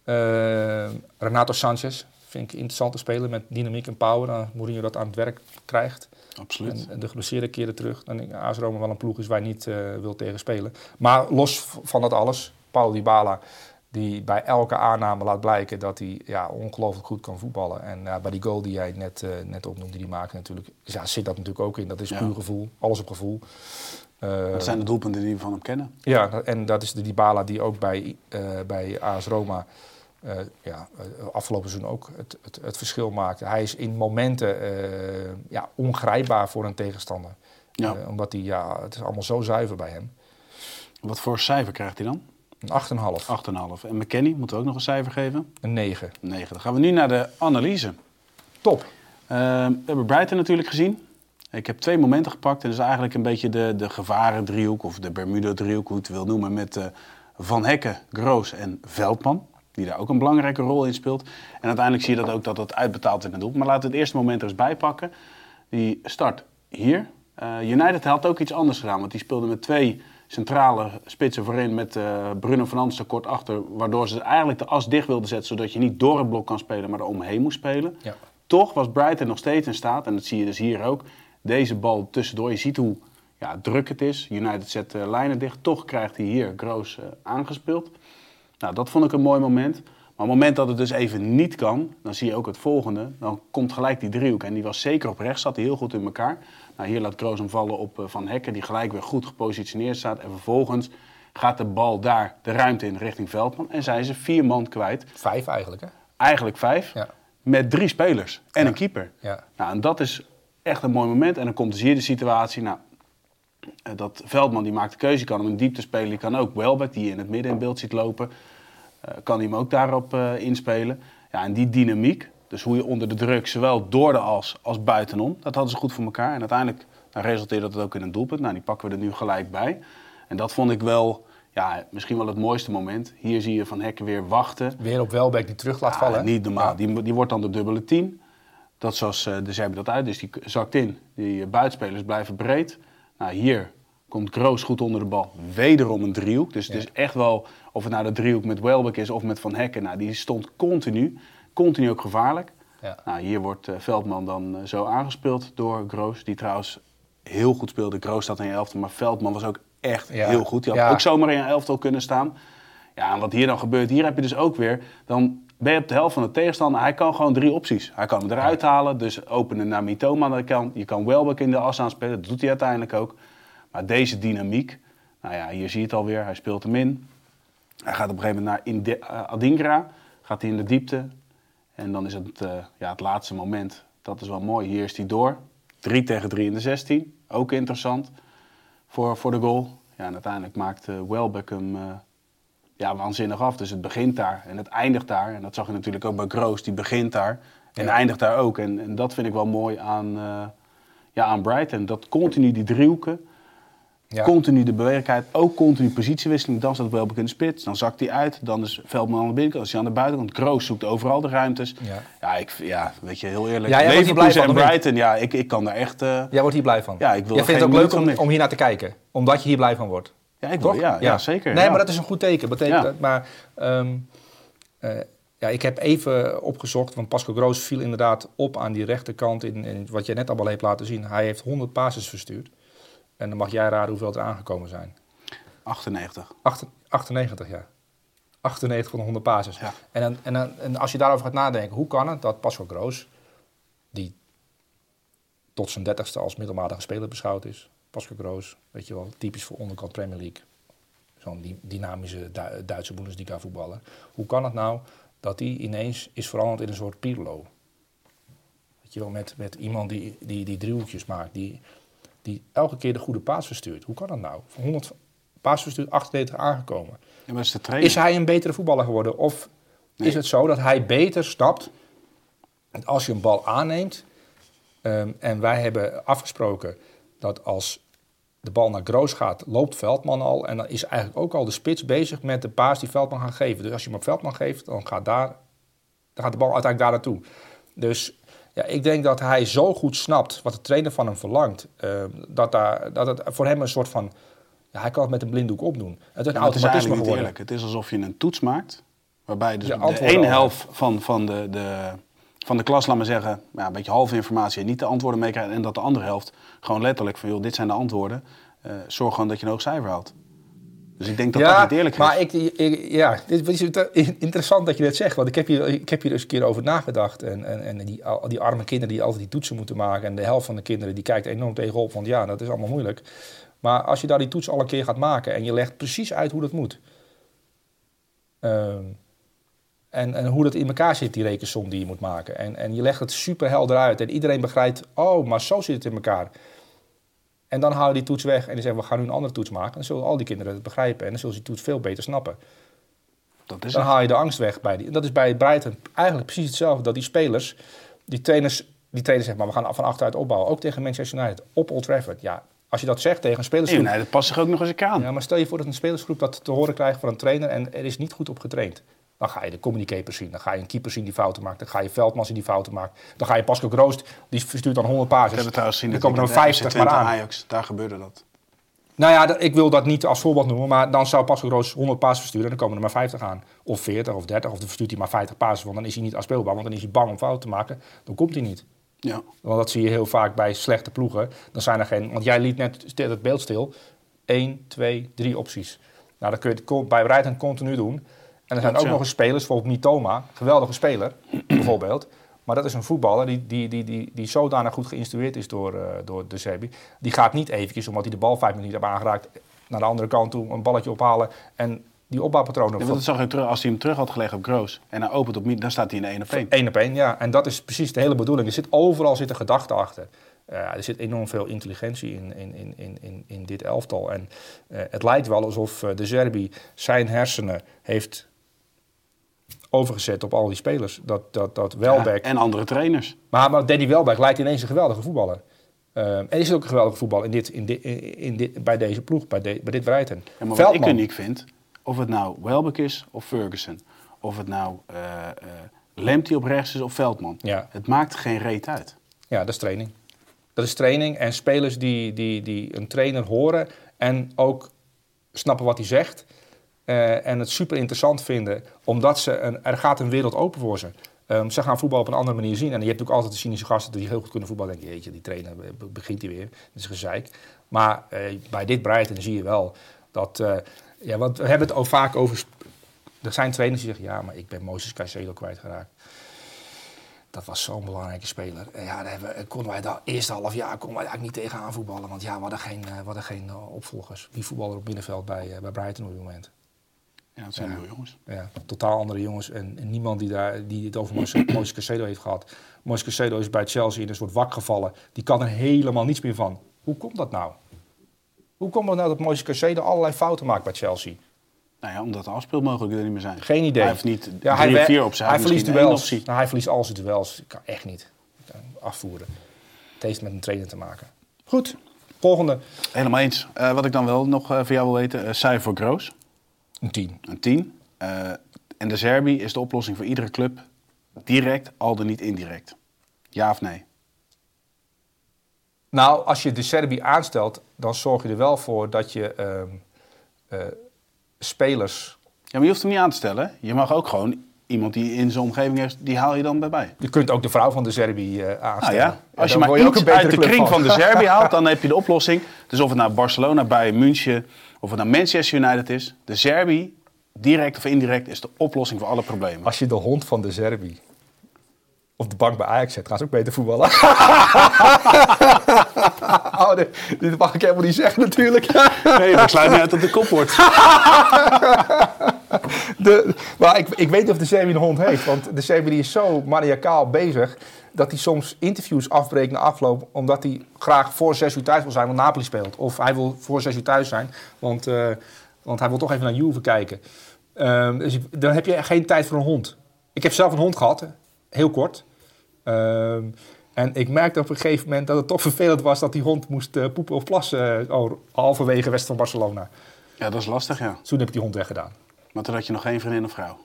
Renato Sanchez vind ik interessant te spelen met dynamiek en power. Dan Mourinho dat aan het werk krijgt. Absoluut. En de geblesseerde keren terug. Dan denk ik AS Roma wel een ploeg is waar je niet wil tegen spelen. Maar los van dat alles, Paulo Dybala, die bij elke aanname laat blijken dat hij ongelooflijk goed kan voetballen. En bij die goal die jij net opnoemde, die maken natuurlijk, zit dat natuurlijk ook in. Dat is puur gevoel, alles op gevoel. Dat zijn de doelpunten die we van hem kennen. Ja, en dat is de Dybala die ook bij AS Roma afgelopen seizoen ook het verschil maakte. Hij is in momenten ongrijpbaar voor een tegenstander. Ja. Omdat het is allemaal zo zuiver bij hem. Wat voor cijfer krijgt hij dan? Een 8,5. 8,5. En McKennie, moeten we ook nog een cijfer geven? Een 9. 9. Dan gaan we nu naar de analyse. Top. We hebben Brighton natuurlijk gezien. Ik heb 2 momenten gepakt. En dat is eigenlijk een beetje de gevaren-driehoek of de Bermuda-driehoek, hoe je het wil noemen, met Van Hekken, Groos en Veldman. Die daar ook een belangrijke rol in speelt. En uiteindelijk zie je dat ook dat het uitbetaald in het doel. Maar laten we het eerste moment er eens bij pakken. Die start hier. United had ook iets anders gedaan. Want die speelde met 2 centrale spitsen voorin met Bruno Fernandes er kort achter. Waardoor ze eigenlijk de as dicht wilden zetten. Zodat je niet door het blok kan spelen, maar er omheen moest spelen. Ja. Toch was Brighton nog steeds in staat. En dat zie je dus hier ook. Deze bal tussendoor. Je ziet hoe druk het is. United zet lijnen dicht. Toch krijgt hij hier Groos aangespeeld. Nou, dat vond ik een mooi moment. Maar op het moment dat het dus even niet kan, dan zie je ook het volgende. Dan komt gelijk die driehoek. En die was zeker op rechts, zat hij heel goed in elkaar. Nou, hier laat Groos hem vallen op Van Hekken, die gelijk weer goed gepositioneerd staat. En vervolgens gaat de bal daar de ruimte in richting Veldman. En zijn ze 4 man kwijt. 5 eigenlijk, hè? Eigenlijk 5. Ja. Met 3 spelers en een keeper. Ja. Nou, en dat is echt een mooi moment. En dan komt dus hier de situatie. Nou, dat Veldman die maakt de keuze, die kan hem in diepte spelen. Die kan ook Welbeck, die je in het midden in beeld ziet lopen, kan hij hem ook daarop inspelen. Ja, en die dynamiek, dus hoe je onder de druk, zowel door de as als buitenom, dat hadden ze goed voor elkaar. En uiteindelijk resulteerde dat ook in een doelpunt. Nou, die pakken we er nu gelijk bij. En dat vond ik wel, misschien wel het mooiste moment. Hier zie je Van Hekken weer wachten. Weer op Welbeck die terug laat vallen. Niet normaal. Ja. Die wordt dan de dubbele 10. Dat zoals de Serben dat uit. Dus die zakt in. Die buitenspelers blijven breed. Nou, hier komt Groos goed onder de bal. Wederom een driehoek. Dus het is echt wel, of het nou de driehoek met Welbeck is of met Van Hekken. Nou, die stond continu. Continu ook gevaarlijk. Ja. Nou, hier wordt Veldman dan zo aangespeeld door Groos. Die trouwens heel goed speelde. Groos staat in je elftal. Maar Veldman was ook echt heel goed. Die had ook zomaar in je elftal kunnen staan. Ja, en wat hier dan gebeurt. Hier heb je dus ook weer. Dan ben je op de helft van de tegenstander. Hij kan gewoon 3 opties. Hij kan hem eruit halen. Dus openen naar Mitoma aan de kant. Je kan Welbeck in de as aanspelen. Dat doet hij uiteindelijk ook. Maar deze dynamiek. Nou ja, hier zie je het alweer. Hij speelt hem in. Hij gaat op een gegeven moment naar Adingra. Gaat hij in de diepte. En dan is het het laatste moment. Dat is wel mooi. Hier is hij door. 3 tegen 3 in de 16. Ook interessant voor de goal. Ja, en uiteindelijk maakt Welbeck hem waanzinnig af. Dus het begint daar en het eindigt daar. En dat zag je natuurlijk ook bij Groos. Die begint daar en eindigt daar ook. En dat vind ik wel mooi aan Brighton. Dat continu die driehoeken. Ja. Continu de bewegelijkheid, ook continu positiewisseling. Dan staat Welbeck in de spits, dan zakt hij uit. Dan is Veldman aan de binnenkant, als hij aan de buitenkant. Groos zoekt overal de ruimtes. Weet je, heel eerlijk. Leverkusen en Brighton, ik kan daar echt... Jij wordt hier blij van? Ja, ik wil. Jij vindt het ook leuk om hier naar te kijken? Omdat je hier blij van wordt? Ja, ik wil, ja, zeker. Nee, maar dat is een goed teken. Betekent dat, maar ik heb even opgezocht, want Pascal Groos viel inderdaad op aan die rechterkant. In wat jij net allemaal hebt laten zien. Hij heeft 100 passes verstuurd. En dan mag jij raden hoeveel er aangekomen zijn. 98. 98, ja. 98 van de 100 passes. Ja. En als je daarover gaat nadenken, hoe kan het dat Pascal Groos, die tot zijn 30ste als middelmatige speler beschouwd is, Pascal Groos, weet je wel, typisch voor onderkant Premier League, zo'n dynamische Duitse Bundesliga voetballer. Hoe kan het nou dat hij ineens is veranderd in een soort Pirlo? Weet je wel, met iemand die driehoekjes maakt, die elke keer de goede paas verstuurt. Hoe kan dat nou? Van 100 paas verstuurd, 98 aangekomen. Ja, maar is hij een betere voetballer geworden? Of is het zo dat hij beter stapt? En als je een bal aanneemt, en wij hebben afgesproken dat als de bal naar Groos gaat, loopt Veldman al. En dan is eigenlijk ook al de spits bezig met de paas die Veldman gaat geven. Dus als je hem op Veldman geeft, dan gaat de bal uiteindelijk daar naartoe. Dus ja, ik denk dat hij zo goed snapt wat de trainer van hem verlangt. Dat het voor hem een soort van... Ja, hij kan het met een blinddoek opdoen. Het is een automatisme geworden. Eerlijk. Het is alsof je een toets maakt, waarbij dus Ja, de ene helft van de klas, laat maar zeggen, ja, een beetje halve informatie en niet de antwoorden meekrijgt. En dat de andere helft gewoon letterlijk van, joh, dit zijn de antwoorden. Zorg gewoon dat je een hoog cijfer haalt. Dus ik denk dat dat niet eerlijk is. Maar dit is interessant dat je dit zegt. Want ik heb hier eens een keer over nagedacht. En die arme kinderen die altijd die toetsen moeten maken. En de helft van de kinderen die kijkt enorm tegenop. Want ja, dat is allemaal moeilijk. Maar als je daar die toets al een keer gaat maken. En je legt precies uit hoe dat moet. En hoe dat in elkaar zit, die rekensom die je moet maken. En je legt het super helder uit. En iedereen begrijpt, oh, maar zo zit het in elkaar. En dan haal je die toets weg en die zeggen, we gaan nu een andere toets maken. En dan zullen al die kinderen het begrijpen en dan zullen ze die toets veel beter snappen. Dan haal je de angst weg bij die. En dat is bij Brighton eigenlijk precies hetzelfde. Dat die spelers, die trainers zeggen, maar we gaan van achteruit opbouwen. Ook tegen Manchester United, op Old Trafford. Ja, als je dat zegt tegen een spelersgroep... Nee, dat past zich ook nog eens aan. Ja, maar stel je voor dat een spelersgroep dat te horen krijgt van een trainer en er is niet goed op getraind. Dan ga je de communicators zien. Dan ga je een keeper zien die fouten maakt. Dan ga je Veldman zien die fouten maakt. Dan ga je Pascal Groos, die verstuurt dan 100 passes. Ik heb het trouwens zien. Er komen er 50 maar aan. Ajax, daar gebeurde dat. Nou ja, ik wil dat niet als voorbeeld noemen. Maar dan zou Pascal Groos 100 passes versturen. En dan komen er maar 50 aan. Of 40 of 30. Of dan verstuurt hij maar 50 passes. Want dan is hij niet afspeelbaar. Want dan is hij bang om fouten te maken. Dan komt hij niet. Ja. Want dat zie je heel vaak bij slechte ploegen. Dan zijn er geen... Want jij liet net het beeld stil. 1, 2, 3 opties. Nou, dat kun je bij Brighton continu doen. En er zijn ook nog eens spelers, bijvoorbeeld Mitoma, geweldige speler, bijvoorbeeld. Maar dat is een voetballer die zodanig goed geïnstrueerd is door De Zerbi. Die gaat niet eventjes, omdat hij de bal 5 minuten niet heeft aangeraakt, naar de andere kant toe, een balletje ophalen en die opbouwpatronen... Ja, dat zag je terug, als hij hem terug had gelegd op Groos en hij opent op dan staat hij in 1-op-1. 1-op-1, ja. En dat is precies de hele bedoeling. Overal zit een gedachte achter. Er zit enorm veel intelligentie in dit elftal. En het lijkt wel alsof De Zerbi zijn hersenen heeft overgezet op al die spelers. Dat Welbeck... Ja, en andere trainers. Maar Danny Welbeck lijkt ineens een geweldige voetballer. En is ook een geweldige voetballer bij deze ploeg, bij dit Brighton. Ja, maar wat ik uniek vind, of het nou Welbeck is of Ferguson, of het nou Lamptey op rechts is of Veldman. Ja. Het maakt geen reet uit. Ja, dat is training. Dat is training en spelers die een trainer horen en ook snappen wat hij zegt. En het super interessant vinden, omdat er gaat een wereld open voor ze. Ze gaan voetbal op een andere manier zien. En je hebt ook altijd de cynische gasten die heel goed kunnen voetballen. Dan denk je, jeetje, die trainer begint hij weer. Dat is gezeik. Maar bij dit Brighton zie je wel dat... want we hebben het ook vaak over... Er zijn trainers die zeggen, ja, maar ik ben Moises Caicedo kwijtgeraakt. Dat was zo'n belangrijke speler. Ja, konden wij dat eerste half jaar eigenlijk niet tegenaan voetballen. Want ja, we hadden geen opvolgers. Wie voetballen op middenveld bij Brighton op dit moment? Ja, dat zijn nieuwe jongens. Ja, totaal andere jongens. En niemand die het over Moises Caicedo heeft gehad. Moises Caicedo is bij Chelsea in een soort wak gevallen. Die kan er helemaal niets meer van. Hoe komt dat nou? Hoe komt het nou dat Moises Caicedo allerlei fouten maakt bij Chelsea? Nou ja, omdat de afspeelmogelijkheden er niet meer zijn. Geen idee. Hij heeft niet 3-4 op zijn. Hij verliest duels. Nou, hij verliest al zijn duels. Kan echt niet afvoeren. Het heeft met een trainer te maken. Goed, volgende. Helemaal eens. Wat ik dan wel nog van jou wil weten. Cijfer voor Groos. Een 10. Een 10. En De Zerbi is de oplossing voor iedere club. Direct, al dan niet indirect. Ja of nee? Nou, als je De Zerbi aanstelt, dan zorg je er wel voor dat je spelers... Ja, maar je hoeft hem niet aan te stellen. Je mag ook gewoon iemand die in zijn omgeving heeft, die haal je dan bij. Je kunt ook de vrouw van De Zerbi aanstellen. Nou ja, als je dan maar je iets uit de kring van De Zerbi haalt, dan heb je de oplossing. Dus of het nou Barcelona, Bayern München, of het nou Manchester United is. De Zerbi, direct of indirect, is de oplossing voor alle problemen. Als je de hond van De Zerbi op de bank bij Ajax zet, gaan ze ook beter voetballen. Dit mag ik helemaal niet zeggen natuurlijk. Nee, ik sluit niet uit dat de kop wordt. Maar ik weet niet of De Zerbi een hond heeft. Want De Zerbi is zo maniacaal bezig dat hij soms interviews afbreekt na afloop, omdat hij graag voor 6 uur thuis wil zijn, want Napoli speelt. Of hij wil voor 6 uur thuis zijn, want hij wil toch even naar Juve kijken. Dus dan heb je geen tijd voor een hond. Ik heb zelf een hond gehad, heel kort. En ik merkte op een gegeven moment dat het toch vervelend was dat die hond moest poepen of plassen halverwege west van Barcelona. Ja, dat is lastig, ja. Toen heb ik die hond weggedaan. Maar toen had je nog geen vriendin of vrouw?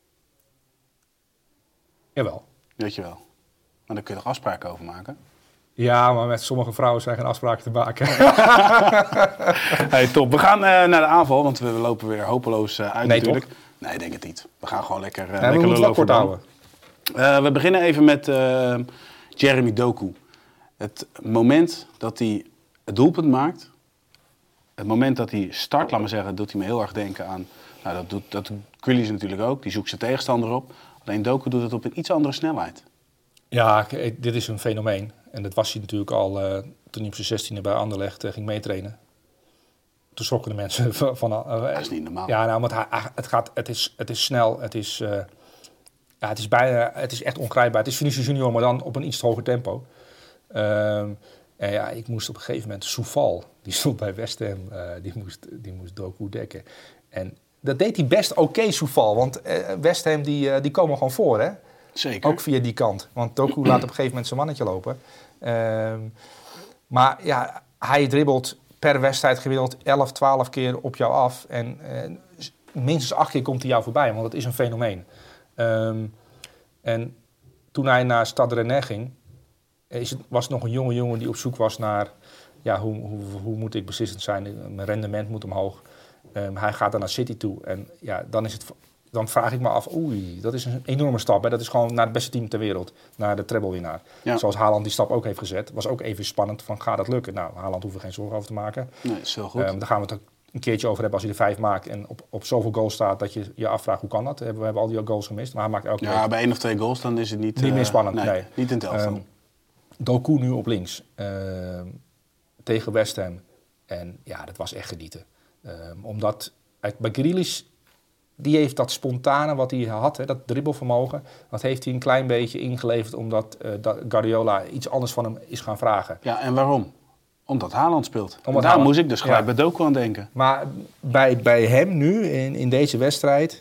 Jawel. Weet je wel. Maar daar kun je toch afspraken over maken? Ja, maar met sommige vrouwen zijn geen afspraken te maken. Hey, top. We gaan naar de aanval, want we lopen weer hopeloos uit Nee, natuurlijk. toch? Nee, ik denk het niet. We gaan gewoon lekker, We lekker moeten lullen het kort over houden. We beginnen even met Jeremy Doku. Het moment dat hij het doelpunt maakt, het moment dat hij start, laat maar zeggen, doet hij me heel erg denken aan... Nou, dat doet Grealish natuurlijk ook. Die zoekt zijn tegenstander op. Alleen Doku doet het op een iets andere snelheid. Ja, dit is een fenomeen. En dat was hij natuurlijk al toen hij op zijn 16e bij Anderlecht ging meetrainen. Toen schrokken de mensen van... Dat is niet normaal. Ja, nou, want het is snel, het is echt ongrijpbaar. Het is Vinicius Junior, maar dan op een iets hoger tempo. En ja, ik moest op een gegeven moment... Soufal, die stond bij West Ham, die moest Doku dekken. En dat deed hij best oké, Soufal. Want West Ham, die komen gewoon voor, hè? Zeker. Ook via die kant. Want Doku laat op een gegeven moment zijn mannetje lopen. Maar ja, hij dribbelt per wedstrijd gemiddeld 11, 12 keer op jou af. En minstens 8 keer komt hij jou voorbij, want dat is een fenomeen. En toen hij naar Stade Rennais ging, was het nog een jonge jongen die op zoek was naar... Ja, hoe moet ik beslissend zijn? Mijn rendement moet omhoog. Hij gaat dan naar City toe. En ja, dan vraag ik me af, dat is een enorme stap. Hè? Dat is gewoon naar het beste team ter wereld. Naar de treblewinnaar. Ja. Zoals Haaland die stap ook heeft gezet. Was ook even spannend van, gaat dat lukken? Nou, Haaland hoeven we geen zorgen over te maken. Nee, is heel goed. Daar gaan we het ook een keertje over hebben als hij er 5 maakt. En op zoveel goals staat dat je je afvraagt, hoe kan dat? We hebben al die goals gemist. Maar hij maakt elke week. Bij 1 of 2 goals dan is het niet meer spannend. Nee. Niet in het elftal. Doku nu op links. Tegen West Ham. En ja, dat was echt genieten. Omdat bij Grealish, die heeft dat spontane wat hij had, hè, dat dribbelvermogen, dat heeft hij een klein beetje ingeleverd omdat Guardiola iets anders van hem is gaan vragen. Ja, en waarom? Omdat Haaland speelt. Daar moest ik dus gelijk bij Doku aan denken. Maar bij hem nu, in deze wedstrijd,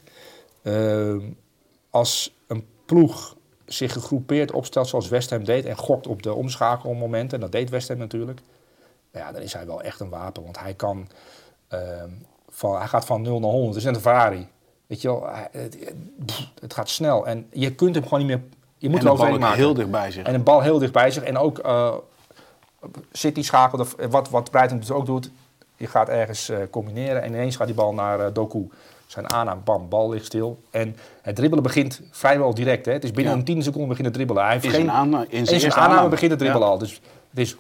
als een ploeg zich gegroepeerd opstelt zoals West Ham deed en gokt op de omschakelmomenten, en dat deed West Ham natuurlijk, ja, dan is hij wel echt een wapen, want hij kan... hij gaat van 0 naar 100. Het is net een Ferrari. Weet je wel, het gaat snel. En je kunt hem gewoon niet meer... Je moet en de bal maken. Heel dichtbij zich. En een bal heel dichtbij zich. En ook City schakelde, wat Brighton dus ook doet. Je gaat ergens combineren en ineens gaat die bal naar Doku. Zijn aanname, bam, bal ligt stil. En het dribbelen begint vrijwel direct. Hè. Het is binnen een 10 seconden begint het dribbelen. Hij heeft in zijn aanname begint het dribbelen al. Dus het is...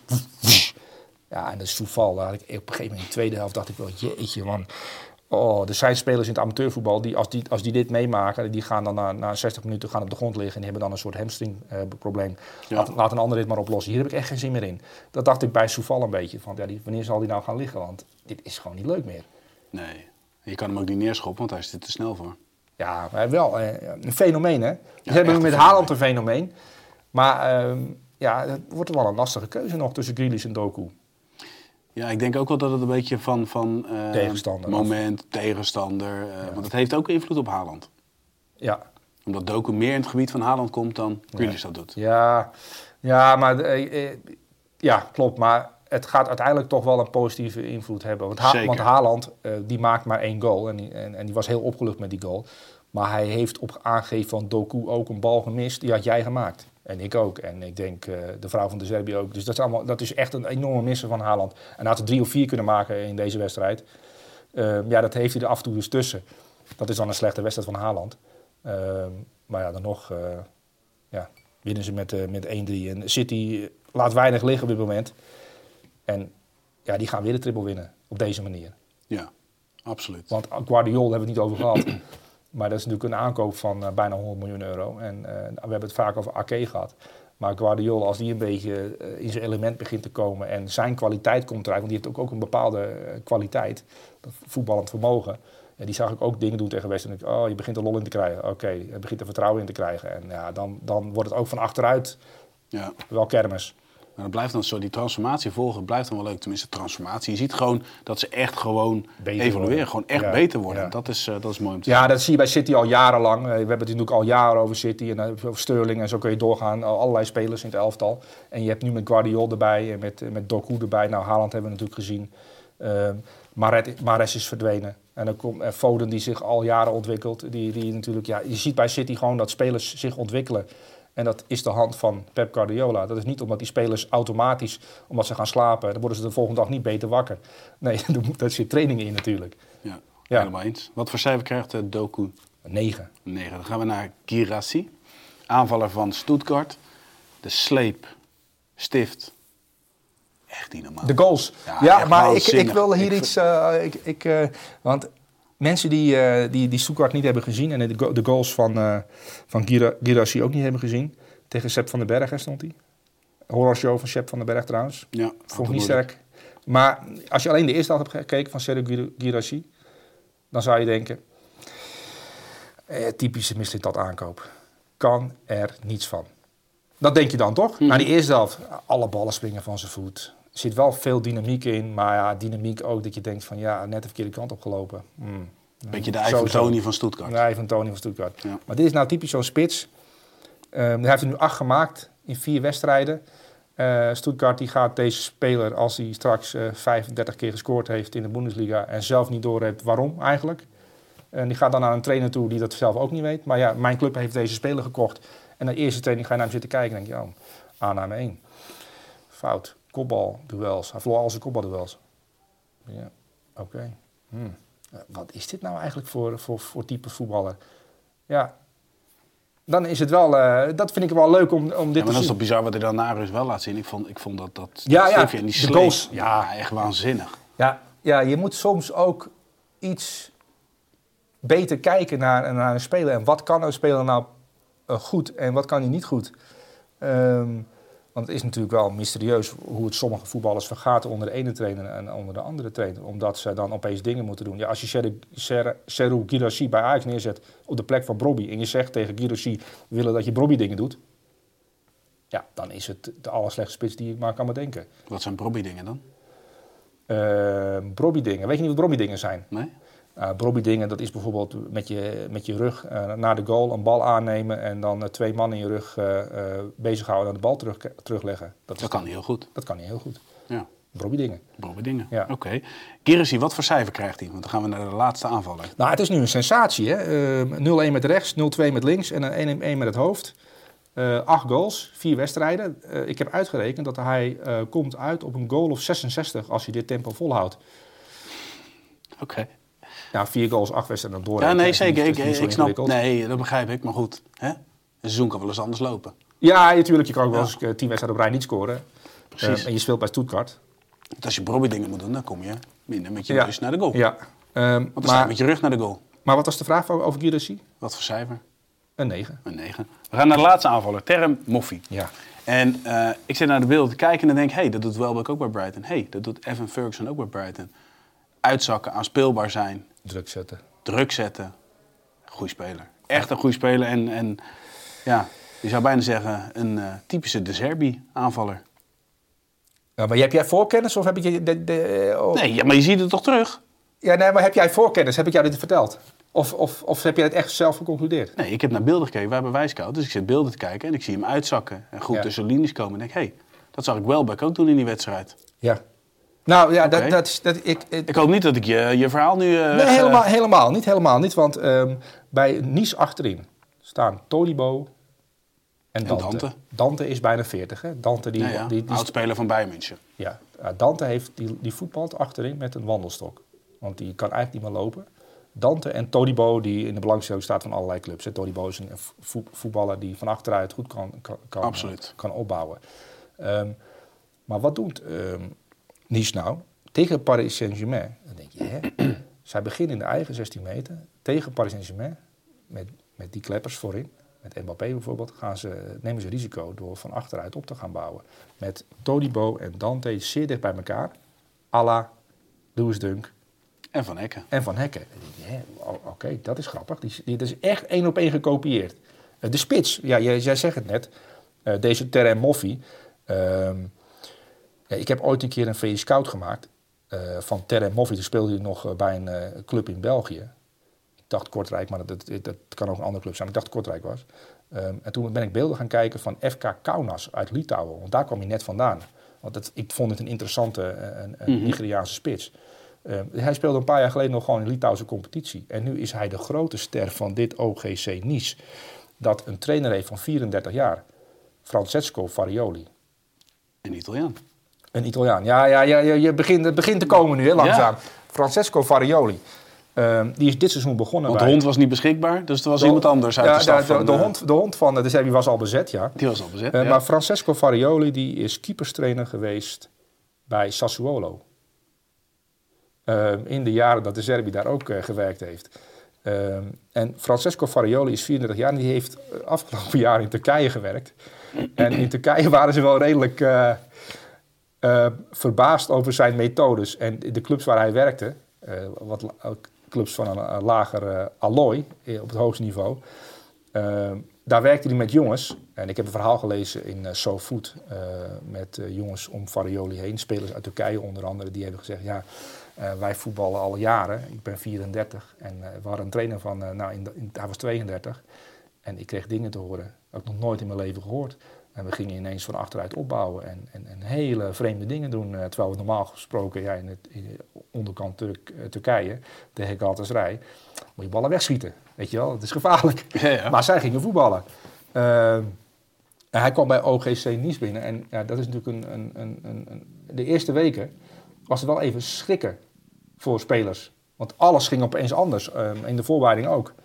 Ja, en dat is toeval. Daar had ik op een gegeven moment in de tweede helft dacht ik wel, jeetje man. Er zijn spelers in het amateurvoetbal die als die dit meemaken, die gaan dan na 60 minuten gaan op de grond liggen en die hebben dan een soort hamstringprobleem. Laat een ander dit maar oplossen. Hier heb ik echt geen zin meer in. Dat dacht ik bij Soufal een beetje. Van, ja, wanneer zal die nou gaan liggen? Want dit is gewoon niet leuk meer. Nee, je kan hem ook niet neerschoppen, want hij is er te snel voor. Ja, maar wel een fenomeen, hè? We hebben met Haaland een fenomeen. Maar het wordt wel een lastige keuze nog tussen Grealish en Doku. Ja, ik denk ook wel dat het een beetje van tegenstander moment, tegenstander... Want het heeft ook invloed op Haaland. Ja. Omdat Doku meer in het gebied van Haaland komt dan Grealish dat doet. Ja, maar... klopt. Maar het gaat uiteindelijk toch wel een positieve invloed hebben. Want Haaland, die maakt maar 1 goal. En die was heel opgelucht met die goal. Maar hij heeft op aangegeven van Doku ook een bal gemist. Die had jij gemaakt. En ik ook. En ik denk de vrouw van de Serbië ook. Dus dat is echt een enorme misser van Haaland. En hij had er 3 of 4 kunnen maken in deze wedstrijd. Dat heeft hij er af en toe dus tussen. Dat is dan een slechte wedstrijd van Haaland. Maar ja, dan nog winnen ze met 1-3. En City laat weinig liggen op dit moment. En ja, die gaan weer de triple winnen op deze manier. Ja, absoluut. Want Guardiola hebben we het niet over gehad. Maar dat is natuurlijk een aankoop van bijna 100 miljoen euro. En we hebben het vaak over Ake gehad. Maar Guardiola, als die een beetje in zijn element begint te komen en zijn kwaliteit komt eruit, want die heeft ook een bepaalde kwaliteit, voetballend vermogen. Ja, die zag ik ook dingen doen tegen West Ham. Je begint er lol in te krijgen. Oké, je begint er vertrouwen in te krijgen. En ja, dan wordt het ook van achteruit wel kermis. Maar dat blijft dan zo, die transformatie volgen blijft dan wel leuk. Tenminste, transformatie. Je ziet gewoon dat ze echt gewoon Beter evolueren. worden. Gewoon echt Ja. beter worden. Ja. Dat is mooi om te zien. Ja, dat zie je bij City al jarenlang. We hebben het natuurlijk al jaren over City en over Sterling. En zo kun je doorgaan. Allerlei spelers in het elftal. En je hebt nu met Guardiola erbij en met Doku erbij. Nou, Haaland hebben we natuurlijk gezien. Mahrez is verdwenen. En dan komt Foden die zich al jaren ontwikkelt. Die natuurlijk, ja, je ziet bij City gewoon dat spelers zich ontwikkelen. En dat is de hand van Pep Guardiola. Dat is niet omdat die spelers automatisch, omdat ze gaan slapen, dan worden ze de volgende dag niet beter wakker. Nee, daar zit trainingen in natuurlijk. Ja, Ja. helemaal eens. Wat voor cijfer krijgt Doku? 9. 9. Dan gaan we naar Guirassy. Aanvaller van Stuttgart. De sleep, stift. Echt niet normaal. De goals. Ja, Ja, echt maar ik waanzinnig. wil hier iets... want mensen die Stuttgart niet hebben gezien en de goals van Guirassy ook niet hebben gezien. Tegen Sepp van den Berg stond hij. Horrorshow van Sepp van den Berg trouwens. Ja, Vond ik niet sterk. Maar als je alleen de eerste had gekeken van Sergio Guirassy, dan zou je denken, typische Mislintat aankoop. Kan er niets van. Dat denk je dan toch? Na die eerste helft, alle ballen springen van zijn voet. Er zit wel veel dynamiek in, maar ja, dynamiek ook dat je denkt van ja, net de verkeerde kant opgelopen. Beetje de Ivan Toney van Stuttgart. Ja, Ivan Toney van Stuttgart. Ja. Maar dit is nou typisch zo'n spits. Hij heeft er nu 8 gemaakt in 4 wedstrijden. Stuttgart die gaat deze speler, als hij straks 35 keer gescoord heeft in de Bundesliga en zelf niet doorheeft waarom eigenlijk. En die gaat dan naar een trainer toe die dat zelf ook niet weet. Maar ja, mijn club heeft deze speler gekocht. En na de eerste training ga je naar hem zitten kijken en denk je, oh, aanname 1. Fout. Kopbalduels. Hij verloor al zijn kopbalduels. Ja, oké. Wat is dit nou eigenlijk voor type voetballer? Ja, dan is het wel... dat vind ik wel leuk om dit Ja, maar te dat is zien. toch bizar wat hij dan na rust wel laat zien. Ik vond dat Ja, stiftje en die de sleep, goals. ja, echt waanzinnig. Ja, je moet soms ook iets beter kijken naar een speler. En wat kan een speler nou goed en wat kan hij niet goed? Want het is natuurlijk wel mysterieus hoe het sommige voetballers vergaat onder de ene trainer en onder de andere trainer. Omdat ze dan opeens dingen moeten doen. Ja, als je Serhou Guirassy bij Ajax neerzet op de plek van Brobbey en je zegt tegen Guirassy, we willen dat je Brobbey dingen doet. Ja, dan is het de allerslechtste spits die ik maar kan bedenken. Wat zijn Brobbey-dingen dan? Brobbey dingen. Weet je niet wat Brobbey dingen zijn? Nee? Brobbey dingen, dat is bijvoorbeeld met je rug naar de goal een bal aannemen en dan 2 man in je rug bezighouden en de bal terugleggen. Dat kan hij heel goed. Dat kan hij heel goed. Ja, Brobbey dingen. Brobbey-dingen. Ja. Oké. Guirassy, wat voor cijfer krijgt hij? Want dan gaan we naar de laatste aanvaller. Nou, het is nu een sensatie. Hè? 0-1 met rechts, 0-2 met links en een 1-1 met het hoofd. 8 goals, 4 wedstrijden. Ik heb uitgerekend dat hij komt uit op een goal of 66 als hij dit tempo volhoudt. Oké. Ja, 4 goals, 8 wedstrijden door. Ja, nee, zeker. Dat is niet zo Ik snap. ingewikkeld. Nee, dat begrijp ik. Maar goed, hè? Een seizoen kan wel eens anders lopen. Ja, natuurlijk. Je kan ook wel eens 10 wedstrijden op rij niet scoren. Precies. En je speelt bij Stuttgart. Want als je Brobbey-dingen moet doen, dan kom je minder met je neus naar de goal. Ja. Want dan sta je met je rug naar de goal. Maar wat was de vraag over Guirassy? Wat voor cijfer? Een 9. Een 9. We gaan naar de laatste aanvaller, Terem Moffi. Ja. En ik zit naar de beelden te kijken en dan denk ik, dat doet Welbeck ook bij Brighton. Dat doet Evan Ferguson ook bij Brighton. Uitzakken, aanspeelbaar zijn, Druk zetten. druk zetten. Goeie speler. Echt een goede speler. En ja, je zou bijna zeggen een typische De Zerbi aanvaller. Ja, maar heb jij voorkennis of heb ik je... Nee, ja, maar je ziet het toch terug? Ja, nee, maar heb jij voorkennis? Heb ik jou dit verteld? Of heb je het echt zelf geconcludeerd? Nee, ik heb naar beelden gekeken. Wij hebben Wijscout, dus ik zit beelden te kijken en ik zie hem uitzakken. En goed tussen de linies komen en denk, dat zag ik Welbeck ook doen in die wedstrijd. Ja. Nou ja, Oké. Ik hoop niet dat ik je verhaal nu... Nee, helemaal niet. Want bij Nice achterin staan Todibo en Dante. Dante. Dante is bijna 40, hè? Dante die oudspeler van Bayern München. Ja, Dante heeft die voetbalt achterin met een wandelstok. Want die kan eigenlijk niet meer lopen. Dante en Todibo, die in de belangstelling staat van allerlei clubs. Todibo is een voetballer die van achteruit goed kan opbouwen. Maar wat doet Nice nou? Tegen Paris Saint-Germain. Dan denk je, hè? Zij beginnen in de eigen 16 meter. Tegen Paris Saint-Germain. Met die kleppers voorin. Met Mbappé bijvoorbeeld. Nemen ze risico door van achteruit op te gaan bouwen. Met Todibo en Dante zeer dicht bij elkaar. À la Louis Dunk. En Van Hekken. Oké, dat is grappig. Dat is echt 1 op 1 gekopieerd. De spits, ja, jij zegt het net. Deze Terem Moffi. Ja, ik heb ooit een keer een VI Scout gemaakt van Terem Moffi. Toen speelde hij nog bij een club in België. Ik dacht Kortrijk, maar dat kan ook een andere club zijn. Ik dacht Kortrijk was. En toen ben ik beelden gaan kijken van FK Kaunas uit Litouwen. Want daar kwam hij net vandaan. Want ik vond het een interessante Nigeriaanse spits. Hij speelde een paar jaar geleden nog gewoon in de Litouwse competitie. En nu is hij de grote ster van dit OGC Nice. Dat een trainer heeft van 34 jaar. Francesco Farioli. Een Italiaan. Een Italiaan. Ja, het begint te komen nu, hè, langzaam. Ja. Francesco Farioli. Die is dit seizoen begonnen. Want de hond was niet beschikbaar, dus er was iemand anders uit de staf. De hond van de Zerbi was al bezet, ja. Die was al bezet, ja. Maar Francesco Farioli die is keeperstrainer geweest bij Sassuolo. In de jaren dat de Zerbi daar ook gewerkt heeft. En Francesco Farioli is 34 jaar en die heeft afgelopen jaar in Turkije gewerkt. En in Turkije waren ze wel redelijk verbaasd over zijn methodes. En de clubs waar hij werkte, clubs van een lager allooi op het hoogste niveau. Daar werkte hij met jongens. En ik heb een verhaal gelezen in SoFood met jongens om Farioli heen. Spelers uit Turkije onder andere. Die hebben gezegd, ja, wij voetballen al jaren. Ik ben 34. En we hadden een trainer van, hij was 32. En ik kreeg dingen te horen. Dat ik nog nooit in mijn leven gehoord. En we gingen ineens van achteruit opbouwen en hele vreemde dingen doen. Terwijl we normaal gesproken in de onderkant Turkije, tegen Galatasaray, moet je ballen wegschieten. Weet je wel, het is gevaarlijk. Ja. Maar zij gingen voetballen. Hij kwam bij OGC Nice binnen. En ja, dat is natuurlijk de eerste weken was het wel even schrikken voor spelers. Want alles ging opeens anders. In de voorbereiding ook.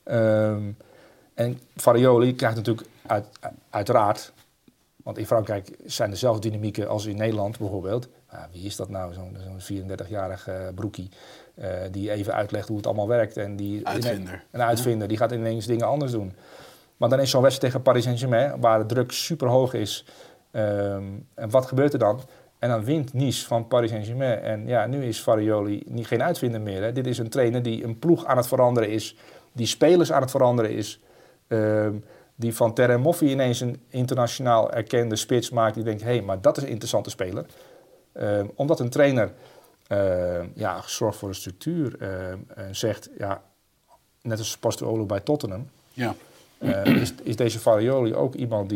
En Farioli krijgt natuurlijk uiteraard... Want in Frankrijk zijn er zelfs dynamieken als in Nederland bijvoorbeeld. Wie is dat nou, zo'n 34-jarig broekie die even uitlegt hoe het allemaal werkt. En die een uitvinder, die gaat ineens dingen anders doen. Maar dan is zo'n wedstrijd tegen Paris Saint-Germain, waar de druk super hoog is. En wat gebeurt er dan? En dan wint Nice van Paris Saint-Germain. En ja, nu is Farioli geen uitvinder meer. Hè. Dit is een trainer die een ploeg aan het veranderen is. Die spelers aan het veranderen is. Die van Terem Moffi ineens een internationaal erkende spits maakt. Die denkt, hé, maar dat is een interessante speler. Omdat een trainer zorgt voor een structuur. En zegt, ja, net als Postecoglou bij Tottenham. Ja. Is deze Farioli ook iemand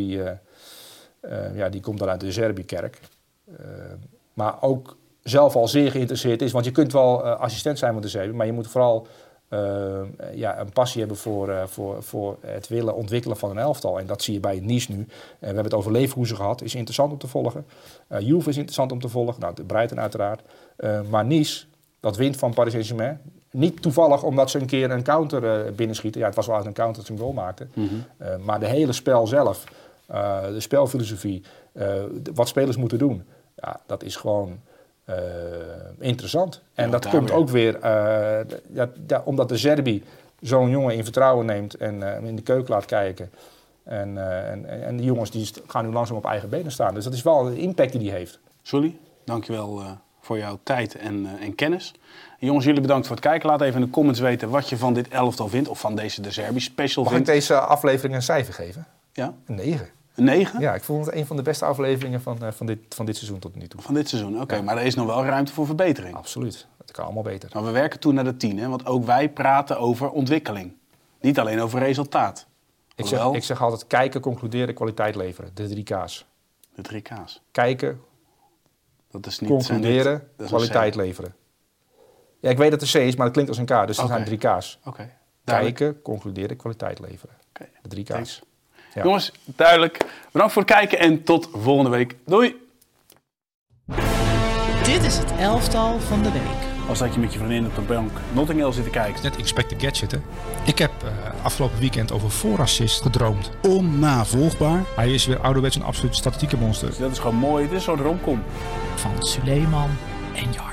die komt dan uit de Zerbi-kerk. Maar ook zelf al zeer geïnteresseerd is. Want je kunt wel assistent zijn met de Zerbi, maar je moet vooral... een passie hebben voor het willen ontwikkelen van een elftal. En dat zie je bij Nice nu. We hebben het over Leverkusen gehad. Is interessant om te volgen. Juve is interessant om te volgen. Nou, de Brighton uiteraard. Maar Nice, dat wint van Paris Saint-Germain. Niet toevallig omdat ze een keer een counter binnenschieten. Ja, het was wel uit een counter dat ze een goal maakten. Mm-hmm. Maar de hele spel zelf, de spelfilosofie, wat spelers moeten doen. Ja, dat is gewoon... interessant. En dat komt ook weer omdat de Zerbi zo'n jongen in vertrouwen neemt en in de keuken laat kijken. En die jongens die gaan nu langzaam op eigen benen staan. Dus dat is wel de impact die heeft. Sully, dankjewel voor jouw tijd en kennis. En jongens, jullie bedankt voor het kijken. Laat even in de comments weten wat je van dit elftal vindt. Of van deze de Zerbi special vindt. Mag ik deze aflevering een cijfer geven? Ja. Een 9. Een 9? Ja, ik vond het een van de beste afleveringen van dit seizoen tot nu toe. Van dit seizoen, oké. Ja. Maar er is nog wel ruimte voor verbetering. Absoluut, dat kan allemaal beter. Maar we werken toe naar de 10, hè? Want ook wij praten over ontwikkeling. Niet alleen over resultaat. Ik zeg altijd kijken, concluderen, kwaliteit leveren. De 3 K's. De 3 K's. Kijken, dat is niet, concluderen, kwaliteit leveren. Ja, ik weet dat het een C is, maar het klinkt als een K. Dus dat zijn 3 K's. Okay. Kijken, concluderen, kwaliteit leveren. Okay. De 3 K's. Thanks. Ja. Jongens, duidelijk. Bedankt voor het kijken en tot volgende week. Doei! Dit is het elftal van de week. Als dat je met je vriendin op de bank Notting Hill zit te kijken. Net Inspector Gadget, hè. Ik heb afgelopen weekend over voorassist gedroomd. Onnavolgbaar. Hij is weer ouderwets een absoluut statistieke monster. Dus dat is gewoon mooi. Het is zo'n romcom. Van Suleiman en Jan.